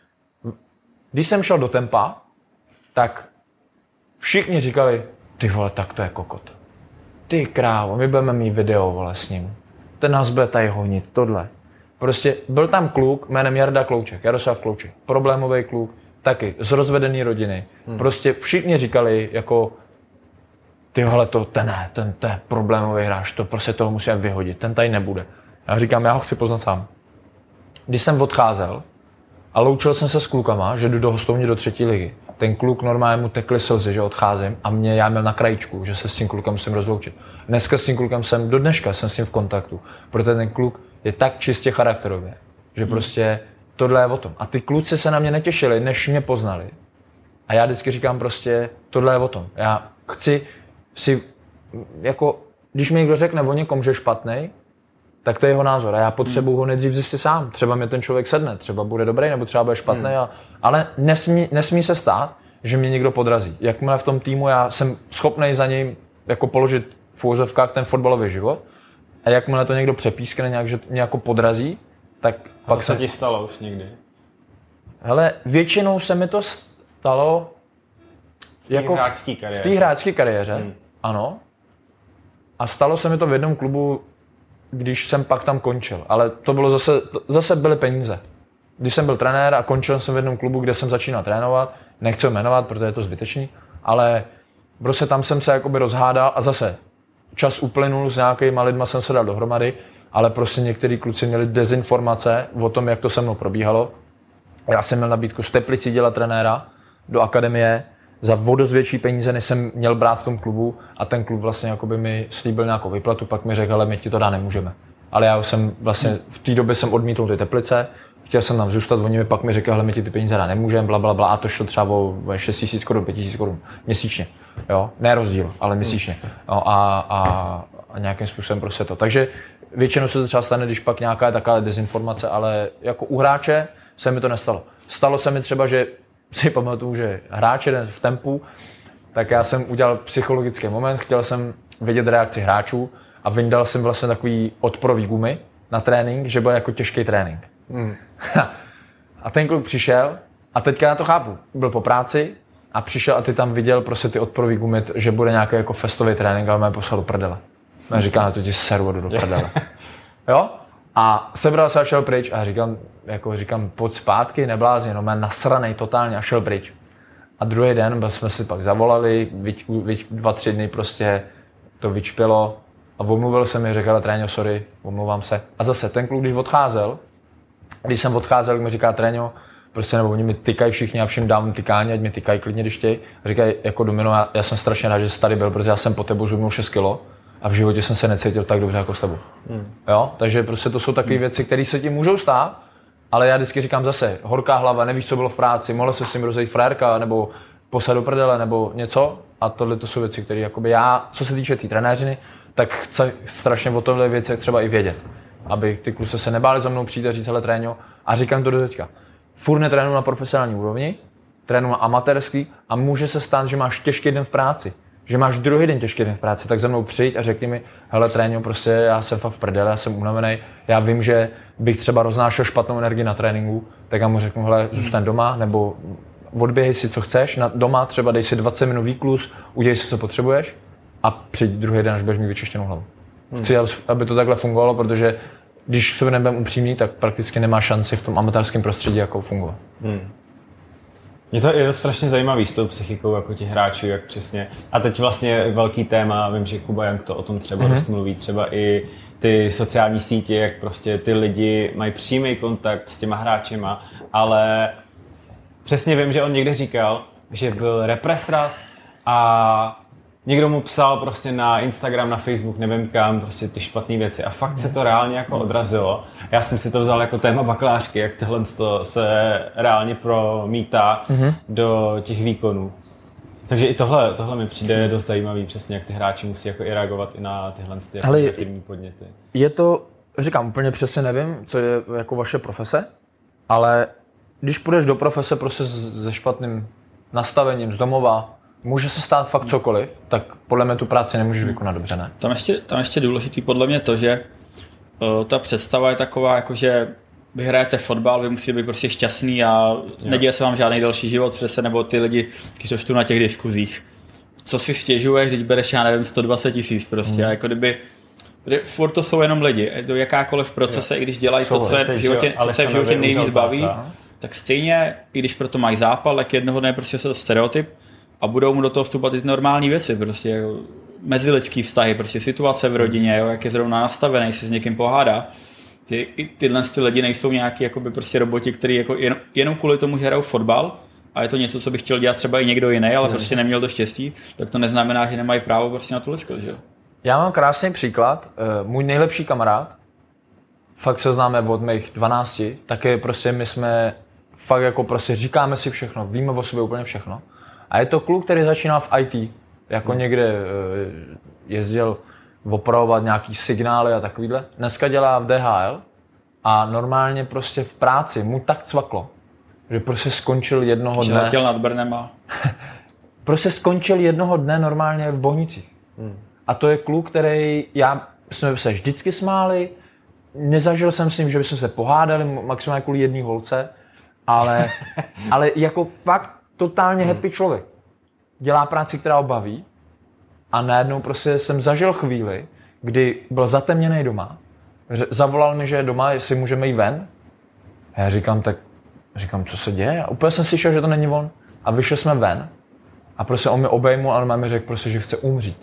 S2: když jsem šel do tempa, tak všichni říkali, ty vole, tak to je kokot. Ty krávo, my budeme mít video, vole, s ním. Ten nás bude tady honit, tohle. Prostě byl tam kluk jménem Jarda Klouček, Jaroslav Klouček, problémový kluk, taky z rozvedené rodiny. Hmm. Prostě všichni říkali, jako, ty vole, to, ten ne, ten, ten je problémový hráč, to prostě toho musíme vyhodit, ten tady nebude. Já říkám, já ho chci poznat sám. Když jsem odcházel a loučil jsem se s klukama, že jdu do hostovny do třetí ligy, ten kluk normálně mu tekly slzy, že odcházím a mě já měl na krajičku, že se s tím klukem musím rozloučit. Dneska s tím klukem jsem, do dneška jsem s tím v kontaktu, protože ten kluk je tak čistě charakterově, že hmm. prostě tohle je o tom. A ty kluci se na mě netěšili, než mě poznali. A já vždycky říkám prostě, tohle je o tom. Já chci si, jako, když mi někdo řekne o někom, že je špatnej, tak to je jeho názor. A já potřebuji hmm. ho nejdřív zjistit sám. Třeba mě ten člověk sedne, třeba bude dobrý, nebo třeba bude špatný. Hmm. A, ale nesmí, nesmí se stát, že mě někdo podrazí. Jakmile v tom týmu já jsem schopný za ním jako položit v úvozovkách ten fotbalový život, a jakmile to někdo přepískne nějak, že mě jako podrazí, tak
S1: a pak to se jsem... ti stalo už někdy?
S2: Hele, většinou se mi to stalo
S1: v té jako hráčské kariéře.
S2: V té hráčské kariéře, hmm. ano. A stalo se mi to v jednom klubu, když jsem pak tam končil, ale to bylo zase, zase byly peníze. Když jsem byl trenér a končil jsem v jednom klubu, kde jsem začínal trénovat, nechci ho jmenovat, protože je to zbytečný, ale prostě tam jsem se jakoby rozhádal a zase čas uplynul, s nějakýma lidma jsem se dal dohromady, ale prostě některý kluci měli dezinformace o tom, jak to se mnou probíhalo. Já jsem měl nabídku z Teplicí dělat trenéra do akademie za vodost větší peníze, než jsem měl brát v tom klubu a ten klub vlastně jakoby mi slíbil nějakou výplatu, pak mi řekl, ale my ti to dát nemůžeme. Ale já jsem vlastně v té době jsem odmítl ty Teplice, chtěl jsem tam zůstat, oni mi pak mi řekli, ale my ti ty peníze dát nemůžeme, bla, bla, bla, a to šlo třeba o šest tisíc korun, pět tisíc korun měsíčně. Jo, ne rozdíl, ale měsíčně. No, a, a, a nějakým způsobem prostě to. Takže většinou se to třeba stane, když pak nějaká je taková dezinformace, ale jako u hráče se mi to nestalo. Stalo se mi třeba, že si pamatuju, že hráč jeden v tempu, tak já jsem udělal psychologický moment, chtěl jsem vidět reakci hráčů a vyndal jsem vlastně takový odporový gumy na trénink, že byl jako těžký trénink. Hmm. A ten kluk přišel a teďka já to chápu, byl po práci a přišel a ty tam viděl prostě ty odporový gumy, že bude nějaký jako festový trénink a mě poslal do prdele. A říkám, to ti seru do prdele. Jo? A sebral se a šel pryč a říkám, jako říkám, pojď zpátky, neblázni, no mě nasranej totálně a šel pryč. A druhý den jsme si pak zavolali, vyč, vyč, dva, tři dny prostě to vyčpělo a omluvil jsem mi, řekl, Tréňo, sorry, omlouvám se. A zase ten kluk, když odcházel, když jsem odcházel, mi říká, Tréňo, prostě nebo oni mi tykají všichni a všem dám tykání, ať mi tykají klidně, když chtějí. A říkají, jako Domino, já, já jsem strašně rád, že jsi tady byl, protože já jsem po tebou zhubnul šest kilo a v životě jsem se necítil tak dobře jako s tebou. Hmm. Jo? Takže prostě to jsou takové hmm. věci, které se ti můžou stát, ale já vždycky říkám zase, horká hlava, nevíš, co bylo v práci, mohla se s tím rozejít frérka, nebo poslat do prdele, nebo něco. A tohle to jsou věci, které jakoby já, co se týče té tý trenéřiny, tak chci strašně o tohle věci třeba i vědět. Aby ty kluci se nebáli za mnou přijít a říct, hele Tréňo, a říkám to do teďka. Furt netrénuji na profesionální úrovni, trénuji na amatérský a může se stát, že máš těžký den v práci. Že máš druhý den těžký den v práci, tak za mnou přijď a řekni mi, hele Tréňo, prostě já jsem fakt v prdele, já jsem unavený, já vím, že bych třeba roznášel špatnou energii na tréninku, tak já mu řeknu, hele, zůstaň doma, nebo odběhej si, co chceš, na doma třeba dej si dvacet minut výklus, udělej si, co potřebuješ a přijď druhý den, až budeš mít vyčištěnou hlavu. Hmm. Chci, aby to takhle fungovalo, protože když se nebudeme upřímný, tak prakticky nemá šanci v tom amatérském prostředí jako fungovat. Hmm.
S1: Je to, je to strašně zajímavý s tou psychikou jako těch hráčů, jak přesně. A teď vlastně velký téma, vím, že Kuba Young to o tom třeba mm-hmm. dost mluví, třeba i ty sociální sítě, jak prostě ty lidi mají přímý kontakt s těma hráčema, ale přesně vím, že on někde říkal, že byl represras a někdo mu psal prostě na Instagram, na Facebook, nevím kam, prostě ty špatné věci a fakt se to reálně jako odrazilo. Já jsem si to vzal jako téma bakalářky, jak tohle se reálně promítá mm-hmm. do těch výkonů. Takže i tohle, tohle mi přijde dost zajímavý, přesně jak ty hráči musí jako i reagovat i na tyhle jako negativní podněty.
S2: Je to, říkám úplně přesně nevím, co je jako vaše profese, ale když půjdeš do profese prostě se špatným nastavením z domova, může se stát fakt cokoliv, tak podle mě tu práci nemůžeš vykonat dobře, ne?
S3: Tam ještě, tam ještě důležitý podle mě to, že uh, ta představa je taková, jako že vy hrajete fotbal, vy musíte být prostě šťastný a neděje se vám žádný další život přece, nebo ty lidi, když to čtu na těch diskuzích. Co si stěžuješ, když bereš, já nevím, sto dvacet tisíc prostě, hmm. a jako kdyby furt to jsou jenom lidi, je to jakákoliv procese, jo. I když dělají to, co je v životě, to, co je v životě nejvíc baví, tak stejně, i když proto mají zápal, tak jednoho dne prostě se to stereotyp, a budou mu do toho vstupovat i normální věci, prostě jako mezilidský vztahy, prostě situace v rodině, jo, jak je zrovna nastavený, si s někým pohádá. Ty, i tyhle ty lidi nejsou nějaký jakoby prostě roboti, kteří jako jen, jenom kvůli tomu, že hrajou fotbal a je to něco, co by chtěl dělat třeba i někdo jiný, ale ne. prostě neměl to štěstí, tak to neznamená, že nemají právo prostě na tu lidskost, že jo.
S2: Já mám krásný příklad, můj nejlepší kamarád, fakt se známe od mých dvanácti, taky prostě my jsme fakt jako prostě říkáme si všechno, víme o sobě úplně všechno. A je to kluk, který začínal v í té, jako hmm. někde jezdil opravovat nějaký signály a takovýhle. Dneska dělá v dé há el a normálně prostě v práci mu tak cvaklo, že prostě skončil jednoho dne...
S3: Letěl nad Brnem a...
S2: prostě skončil jednoho dne normálně v Bohnicích. Hmm. A to je kluk, který... Já jsme se vždycky smáli, nezažil jsem s ním, že bychom se pohádali, maximálně kvůli jedné holce, ale, ale jako fakt totálně hmm. happy člověk. Dělá práci, která ho baví a najednou prostě jsem zažil chvíli, kdy byl zatemněný doma, zavolal mi, že je doma, jestli můžeme jít ven. A já říkám, tak říkám, co se děje? A úplně jsem si šel, že to není on. A vyšli jsme ven a prostě on mi obejmul, ale mi řekl prostě, že chce umřít.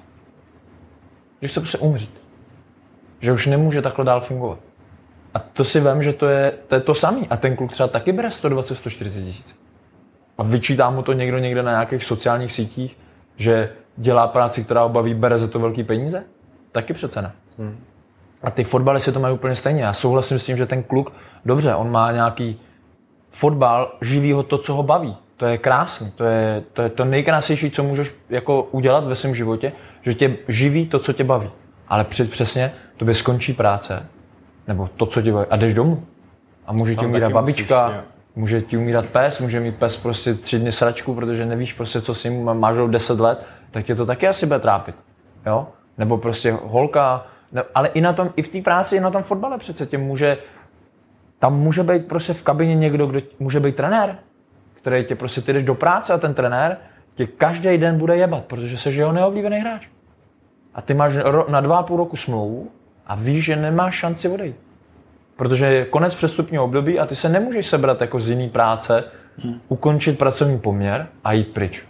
S2: Že chce prostě umřít. Že už nemůže takhle dál fungovat. A to si vem, že to je to, je to samý. A ten kluk třeba taky bere sto dvacet až sto čtyřicet tisíc. A vyčítá mu to někdo někde na nějakých sociálních sítích, že dělá práci, která ho baví, bere za to velký peníze? Taky přece ne. Hmm. A ty fotbalisty to mají úplně stejně. Já souhlasím s tím, že ten kluk, dobře, on má nějaký fotbal, živí ho to, co ho baví. To je krásný, to je to, je to nejkrásnější, co můžeš jako udělat ve svém životě, že tě živí to, co tě baví. Ale před, přesně, tobě skončí práce, nebo to, co tě baví, a jdeš domů. A může ti umírat babička, musíš, Může ti umírat pes, může mít pes prostě tři dny sračku, protože nevíš prostě, co s ním, máš ho deset let, tak tě to taky asi bude trápit, jo? Nebo prostě holka, ne, ale i na tom, i v té práci, i na tom fotbale přece tě může, tam může být prostě v kabině někdo, kdo může být trenér, který tě prostě, ty jdeš do práce a ten trenér tě každý den bude jebat, protože jsi jeho neoblíbený hráč. A ty máš na dva a půl roku smlouvu a víš, že nemáš šanci odejít. Protože je konec přestupního období a ty se nemůžeš sebrat jako z jiný práce, hmm. ukončit pracovní poměr a jít pryč.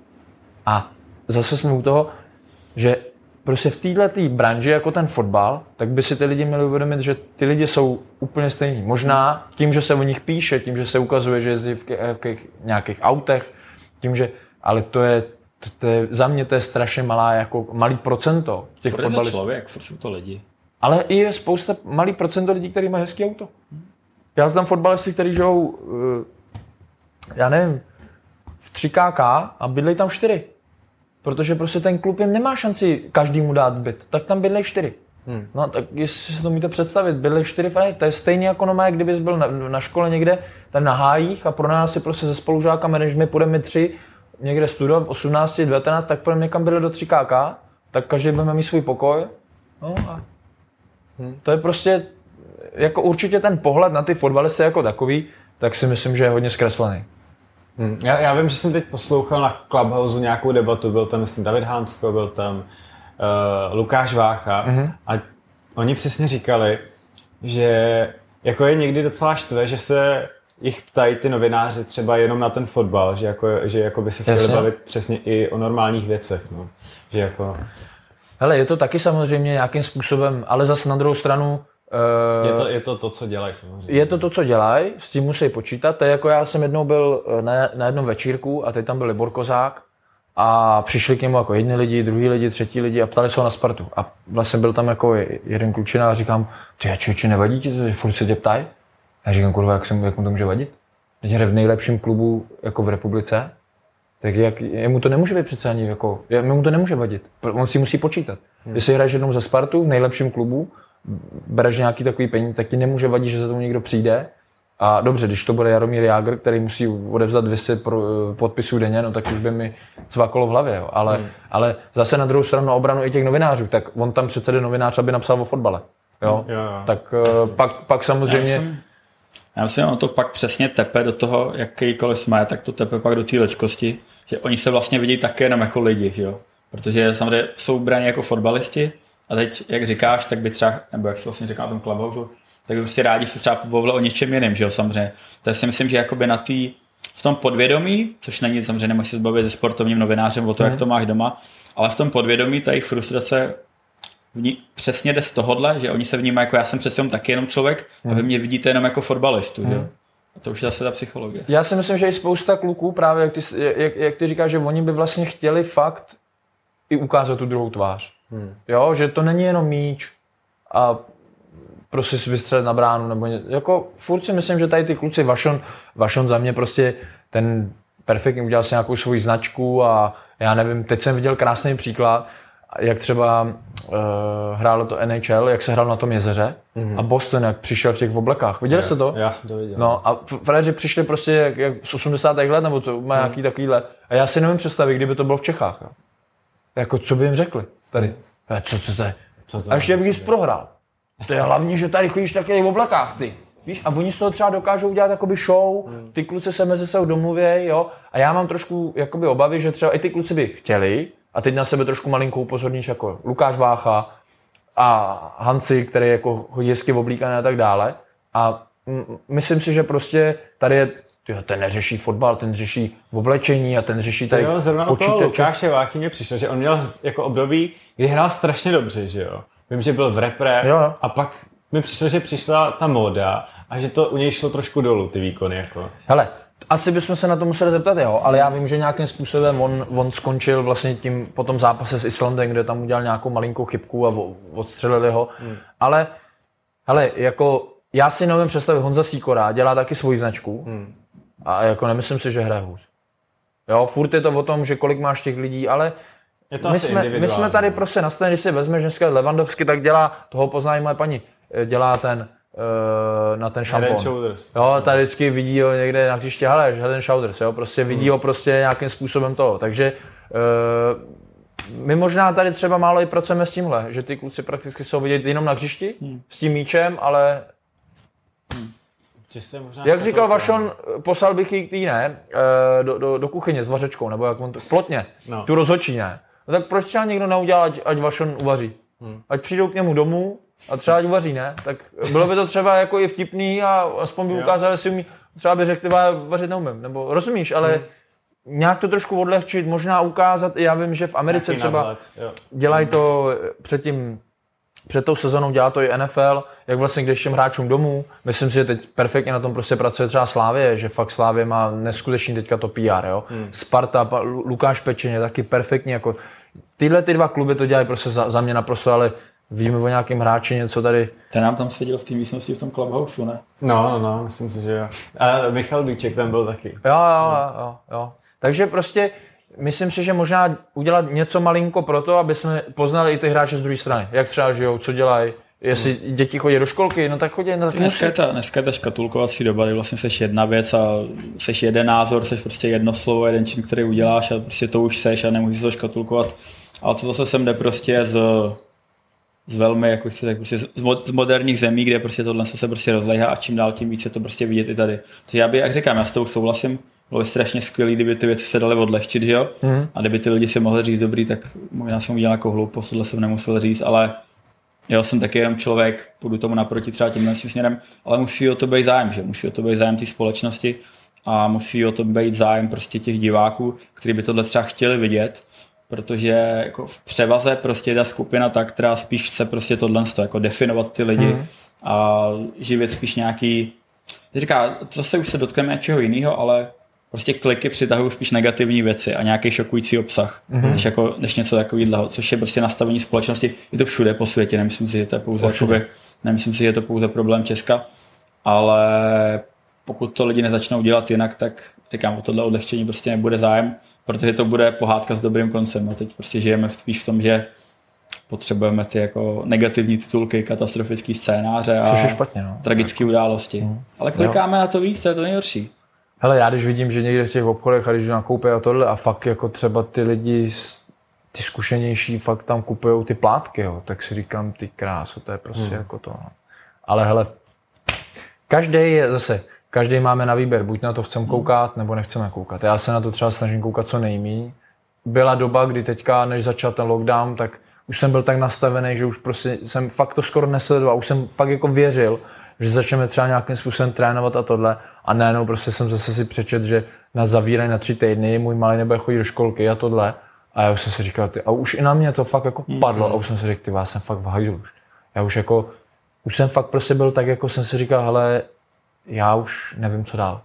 S2: A zase jsme u toho, že prostě v této branži jako ten fotbal, tak by si ty lidi měli uvědomit, že ty lidi jsou úplně stejní. Možná tím, že se o nich píše, tím, že se ukazuje, že jezdí v nějakých autech, tím, že, ale to je, to, to je, za mě to je strašně malá, jako malý procento těch fotbalistů.
S3: Furt je to člověk, furt jsou to lidi.
S2: Ale i je spousta malý procento lidí, kteří mají hezký auto. Já znám fotbalisty, kteří žijou, já nevím, v tři ká ká a bydlejí tam čtyři. Protože prostě ten klub jim nemá šanci každému dát byt, tak tam bydlejí čtyři. Hmm. No tak jestli si to můžete představit, bydlejí čtyři frajeři, to je stejně jako normálně, kdybys byl na, na škole někde tam na hájích a pro nás si prostě se spolužákama, než my půjdeme tři někde studovat v osmnáct, devatenáct, tak půjdeme někam bydlet do tři ká ká, tak každý budeme mít svůj pokoj. No a hmm. to je prostě, jako určitě ten pohled na ty fotbalisty jako takový, tak si myslím, že je hodně zkreslený.
S1: Hmm. Já, já vím, že jsem teď poslouchal na Clubhouse nějakou debatu, byl tam, myslím, David Hansko, byl tam uh, Lukáš Vácha mm-hmm. a oni přesně říkali, že jako je někdy docela štve, že se jich ptají ty novináři třeba jenom na ten fotbal, že, jako, že jako by se chtěli Jasně. bavit přesně i o normálních věcech. No. Že jako...
S2: Hele, je to taky samozřejmě nějakým způsobem, ale zase na druhou stranu
S1: Je to, je to to, co dělají samozřejmě.
S2: Je to to, co dělají, s tím musí počítat. To je jako já jsem jednou byl na, na jednom večírku a teď tam byl Libor Kozák a přišli k němu jako jedni lidi, druhý lidi, třetí lidi a ptali se ho na Spartu. A vlastně byl tam jako jeden klučina a říkám, ty člověče, nevadí ti to, furt se tě ptají? A říkám, kurva, jak, jsem, jak mu to může vadit? Teď hraje v nejlepším klubu jako v republice, tak jak, jemu to nemůže být přece ani jako, jemu to nemůže vadit. On si musí počítat. Hmm. Jestli hraješ jednou za Spartu v nejlepším klubu, bereš nějaký takový peníze, tak ti nemůže vadit, že za tomu někdo přijde. A dobře, když to bude Jaromír Jágr, který musí odevzdat dvě stě podpisů denně, no tak už by mi cvakalo v hlavě. Jo. Ale, hmm. ale zase na druhou stranu na obranu i těch novinářů, tak on tam přece jde novinář, aby napsal o fotbale. Jo? Jo, jo. Tak pak, pak samozřejmě...
S3: Já myslím, já myslím, on to pak přesně tepe do toho, jakýkoliv jsme, tak to tepe pak do té lidskosti, že oni se vlastně vidí také jenom jako lidi, že jo. Protože samozřejmě jsou braní jako fotbalisti. A teď, jak říkáš, tak by třeba, nebo jak jsi vlastně říkal na tom Clubhouse, tak by prostě rádi se třeba pobavili o něčem jiném, že jo, samozřejmě. Tak si myslím, že jakoby na tý, v tom podvědomí, což není samozřejmě, nemůžeš se zbavit se sportovním novinářem o to, mm. jak to máš doma, ale v tom podvědomí ta jejich frustrace ní, přesně jde z tohohle, že oni se vnímají jako já jsem přece jenom taky jenom člověk mm. a vy mě vidíte jenom jako fotbalistu, mm. že jo. A to už je zase ta psychologie.
S2: Já si myslím, že i spousta kluků právě, jak ty, jak, jak ty říkáš, že oni by vlastně chtěli fakt i ukázat tu druhou tvář. Hmm. Jo, že to není jenom míč a prostě si vystřelit na bránu nebo něco. Jako furt si myslím, že tady ty kluci, Vašon, Vašon za mě prostě ten perfektně udělal si nějakou svoji značku a já nevím, teď jsem viděl krásný příklad, jak třeba uh, hrálo to N H L, jak se hrál na tom jezeře hmm. a Boston, jak přišel v těch oblekách. Viděli jste to?
S1: Já jsem to viděl.
S2: No a frajeři přišli prostě jak, jak z osmdesátých let nebo to má hmm. nějaký takovýhle. A já si nevím představit, kdyby to bylo v Čechách. Jo. Jako co by jim řekli tady? A co to je? Co to a ještě bych prohrál. To je hlavně, že tady chodíš taky v oblakách, ty. Víš? A oni z toho třeba dokážou udělat jakoby show, ty kluci se mezi sebou domluvějí, jo. A já mám trošku jakoby obavy, že třeba i ty kluci by chtěli, a teď na sebe trošku malinkou upozorníš jako Lukáš Vácha a Hanci, který jako hodí hezky oblíkaný a tak dále. A m- myslím si, že prostě tady je Tyjo, ten neřeší fotbal, ten řeší oblečení a ten řeší tady
S1: jo, zrovna počítače. Toho Lukáše Váchy mě přišlo, že on měl jako období, kdy hrál strašně dobře, že jo. Vím, že byl v repre jo. a pak mi přišlo, že přišla ta móda a že to u něj šlo trošku dolů, ty výkony. Jako.
S2: Hele, asi bychom se na to museli zeptat, jo, ale já vím, že nějakým způsobem on, on skončil vlastně tím po tom zápase s Islandem, kde tam udělal nějakou malinkou chybku a odstřelili ho, hmm. ale hele, jako já si nevím představit, Honza Sýkora dělá taky svoji značku, hmm. a jako nemyslím si, že hraje hůř. Jo, furt je to o tom, že kolik máš těch lidí, ale
S1: je to
S2: my,
S1: asi
S2: jsme, my jsme tady prostě nastavili, když si vezmeš dneska Lewandowski, tak dělá, toho pozná i moje paní, dělá ten na ten šampon.
S1: Head and shoulders.
S2: Jo, tady vždycky vidí ho někde na hřiště, hele, head and shoulders, jo, prostě vidí hmm. ho prostě nějakým způsobem toho, takže uh, my možná tady třeba málo i pracujeme s tímhle, že ty kluci prakticky jsou vidět jenom na hřišti hmm. s tím míčem, ale
S1: hmm.
S2: jak říkal Vašon, poslal bych ji k tý, ne, do, do, do kuchyně s vařečkou, nebo jak on to, plotně, no. tu rozhodčí, ne. No tak proč třeba někdo neudělal, ať, ať Vašon uvaří? Hmm. Ať přijdou k němu domů a třeba ať uvaří, ne? Tak bylo by to třeba jako i vtipný a aspoň by ukázal, že si umí, třeba by řekl, ty vařit neumím, nebo rozumíš, ale hmm. nějak to trošku odlehčit, možná ukázat, já vím, že v Americe
S1: nějaký
S2: třeba
S1: nadhled,
S2: dělají to předtím, před tou sezónou dělá to i N F L, jak vlastně když těm hráčům domů, myslím si, že teď perfektně na tom prostě pracuje třeba Slavie, že fakt Slavie má neskutečný teďka to P R, jo. Hmm. Sparta, Lukáš Pečeně, taky perfektně, jako tyhle ty dva kluby to dělají prostě za, za mě naprosto, ale víme o nějakém hráči něco tady.
S3: Ten nám tam seděl v té místnosti v tom clubhouse, ne?
S1: No, no, no, myslím si, že jo. A Michal Bíček tam byl taky.
S2: Jo, jo, jo, jo. Takže prostě myslím si, že možná udělat něco malinko pro to, aby jsme poznali i ty hráče z druhé strany. Jak třeba žijou, co dělají. Jestli hmm. děti chodí do školky, no tak chodí. No tak
S3: dneska, je ta, dneska je ta škatulkovací doba, kdy vlastně seš jedna věc a seš jeden názor, seš prostě jedno slovo, jeden čin, který uděláš a prostě to už seš a nemůžeš to škatulkovat. Ale to zase sem jde prostě z, z velmi, jako chci tak, prostě z, mod, z moderních zemí, kde prostě tohle se prostě rozléhá a čím dál tím víc je to prostě vidět i tady. Takže já bych, jak říkám, já s tou souhlasím, bylo by strašně skvělý, kdyby ty věci se daly odlehčit, že jo? Mm. A kdyby ty lidi si mohli říct dobrý, tak možná jsem udělal nějakou hloupost, tohle jsem nemusel říct, ale já jsem taky jenom člověk, půjdu tomu naproti třeba tímhle směrem, ale musí o to být zájem, že? Musí o to být zájem té společnosti a musí o to být zájem prostě těch diváků, kteří by tohle třeba chtěli vidět, protože jako v převaze prostě je ta skupina ta, která spíš chce prostě tohle jako definovat ty lidi mm. a živit spíš nějaký, říká, zase už se dotkneme něčeho jiného, ale prostě kliky přitahují spíš negativní věci a nějaký šokující obsah, mm-hmm. než, jako, než něco takového, což je prostě nastavení společnosti. Je to všude po světě, nemyslím si, že to je pouze, jakoby, nemyslím si, že je to pouze problém Česka, ale pokud to lidi nezačnou dělat jinak, tak říkám, o tohle odlehčení prostě nebude zájem, protože to bude pohádka s dobrým koncem. A teď prostě žijeme spíš v tom, že potřebujeme ty jako negativní titulky, katastrofické scénáře a
S2: špatně, no.
S3: tragické události. Mm. Ale klikáme jo. na to víc, to je to nejhorší.
S2: Hele, já když vidím, že někde v těch obchodech a když jdu nakoupit a tohle a fakt jako třeba ty lidi, ty zkušenější fakt tam kupujou ty plátky, jo, tak si říkám, ty kráso, to je prostě hmm. jako to. No. Ale hele, každý je zase, každý máme na výběr, buď na to chceme koukat, nebo nechceme koukat. Já se na to třeba snažím koukat co nejméně. Byla doba, kdy teďka, než začal ten lockdown, tak už jsem byl tak nastavený, že už prostě jsem fakt to skoro nesledoval, už jsem fakt jako věřil, že začneme třeba nějakým způsobem trénovat a tohle. A najednou prostě jsem zase si přečet, že nás zavírají na tři týdny, můj malý nebude chodit do školky a tohle. A já už jsem si říkal, ty, a už i na mě to fakt jako padlo. Mm-hmm. A už jsem si řekl, ty, já jsem fakt v hajzlu už. Já už jako, už jsem fakt prostě byl tak, jako jsem si říkal, hele, já už nevím, co dál.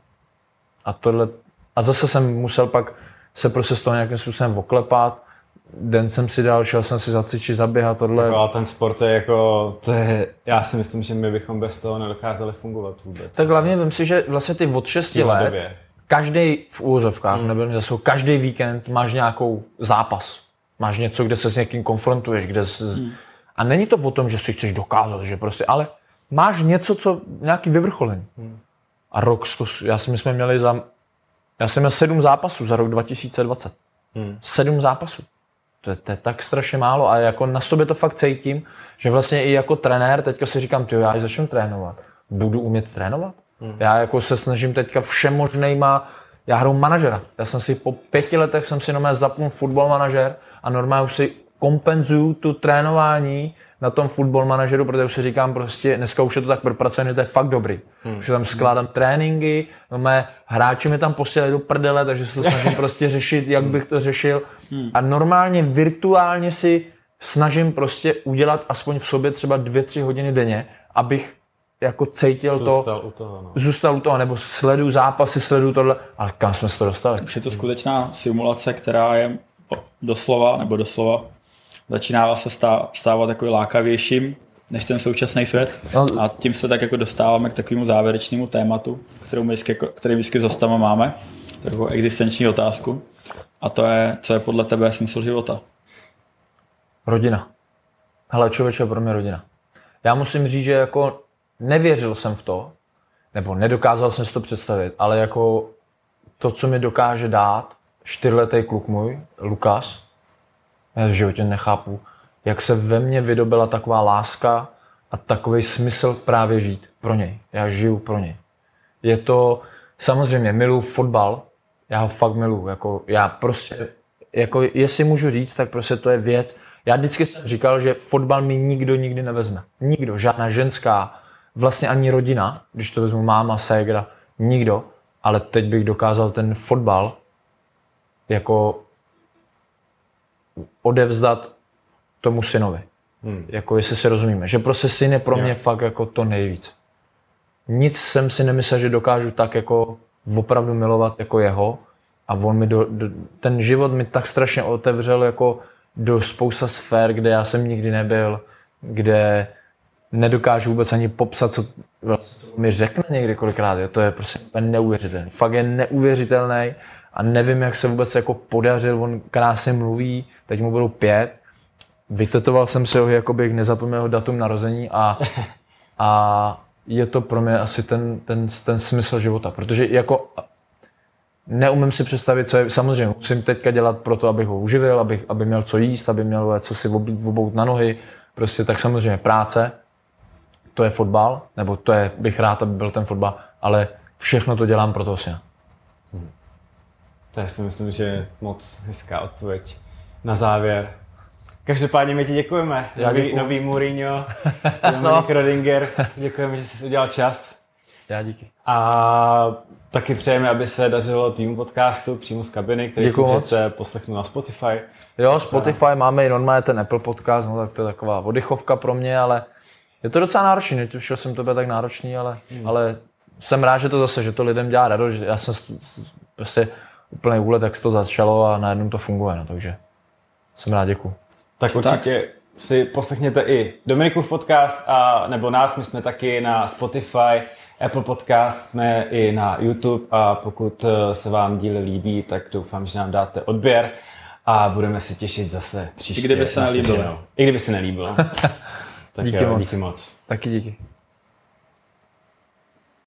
S2: A tohle, a zase jsem musel pak se prostě z toho nějakým způsobem oklepat. Den jsem si dal, šel jsem si zacvičit, zaběhat, tohle.
S1: Jako, ale ten sport je jako, to je, já si myslím, že my bychom bez toho nedokázali fungovat vůbec.
S2: Tak hlavně vím si, že vlastně ty od šesti let, době. Každý v úvozovkách, hmm. nebyl mi zase, každý víkend máš nějakou zápas. Máš něco, kde se s někým konfrontuješ, kde s... hmm. a není to o tom, že si chceš dokázat, že prostě, ale máš něco, co, nějaký vyvrcholení. Hmm. A rok, já si my jsme měli za, já jsem měl sedm zápasů za rok dva tisíce dvacet. Hmm. Sedm zápasů. To je, to je tak strašně málo a jako na sobě to fakt cítím, že vlastně i jako trenér teďka si říkám, tyjo, já až začnu trénovat, budu umět trénovat? Hmm. Já jako se snažím teďka všem možnejma, já hraju manažera. Já jsem si po pěti letech jsem si normálně zapnul football manažer a normálně už si kompenzuju tu trénování na tom football manažeru, protože už si říkám prostě, dneska už je to tak propracované, to je fakt dobrý. Hmm. Už tam skládám tréninky, mé hráči mi tam posílají do prdele, takže se to snažím prostě řešit, jak bych to řešil. Hmm. A normálně virtuálně si snažím prostě udělat aspoň v sobě třeba dvě, tři hodiny denně, abych jako cítil
S1: zůstal
S2: to,
S1: u toho, no.
S2: zůstal u toho, nebo sleduju zápasy, sleduju tohle, ale kam jsme se to dostali?
S3: Už je to skutečná simulace, která je doslova, nebo doslova, začíná se stávat takový lákavějším než ten současný svět. A tím se tak jako dostáváme k takovému závěrečnému tématu, kterou my vždycky, který vždycky za stama máme, takovou existenční otázku. A to je, co je podle tebe smysl života?
S2: Rodina. Hele, člověče, pro mě rodina. Já musím říct, že jako nevěřil jsem v to, nebo nedokázal jsem si to představit, ale jako to, co mi dokáže dát čtyřletý kluk můj, Lukas, já v životě nechápu, jak se ve mně vydobila taková láska a takový smysl právě žít pro něj. Já žiju pro něj. Je to, samozřejmě miluji fotbal, já ho fakt miluji, jako já prostě, jako jestli můžu říct, tak prostě to je věc. Já vždycky jsem říkal, že fotbal mi nikdo nikdy nevezme. Nikdo, žádná ženská, vlastně ani rodina, když to vezmu máma, ségra, nikdo, ale teď bych dokázal ten fotbal jako odevzdat tomu synovi. Hmm. Jako jestli si rozumíme, že prostě syn je pro mě yeah. fakt jako to nejvíc. Nic jsem si nemyslel, že dokážu tak jako opravdu milovat jako jeho a on mi do, do, ten život mi tak strašně otevřel jako do spousta sfér, kde já jsem nikdy nebyl, kde nedokážu vůbec ani popsat, co, vlastně, co mi řekne někdy kolikrát, jo. To je prostě neuvěřitelný. Fakt je neuvěřitelný a nevím, jak se vůbec jako podařil, on krásně mluví, teď mu budou pět, vytetoval jsem si ho, jako bych nezapomněl jeho datum narození a, a je to pro mě asi ten, ten, ten smysl života, protože jako neumím si představit, co je, samozřejmě musím teďka dělat pro to, abych ho uživil, abych, aby měl co jíst, aby měl co si obout na nohy, prostě tak samozřejmě práce, to je fotbal, nebo to je, bych rád, aby byl ten fotbal, ale všechno to dělám pro toho syna.
S1: Hmm. To já si myslím, že je moc hezká odpověď na závěr. Každopádně my ti děkujeme.
S2: Já
S1: nový,
S2: děkuju.
S1: nový Mourinho, Dominik no. Rodinger, děkujeme, že jsi udělal čas.
S2: Já díky.
S1: A taky přejeme, aby se dařilo tvýmu podcastu přímo z kabiny, který si můžete poslechnout na Spotify.
S2: Jo, Spotify máme i normálně ten Apple podcast, no tak to je taková oddychovka pro mě, ale je to docela náročný, netušil jsem to být tak náročný, ale, hmm. ale jsem rád, že to zase, že to lidem dělá radost, já jsem prostě úplný úlet, jak to začalo a najednou to funguje, no, takže jsem rád, děkuju.
S1: Tak určitě tak. Si poslechněte i Dominikův podcast, a, nebo nás, my jsme taky na Spotify, Apple Podcast, jsme i na YouTube a pokud se vám díly líbí, tak doufám, že nám dáte odběr a budeme se těšit zase příště.
S3: I kdyby se nelíbilo.
S1: I kdyby se nelíbilo. Tak
S2: díky
S1: jo,
S2: moc.
S1: díky moc.
S2: Taky díky.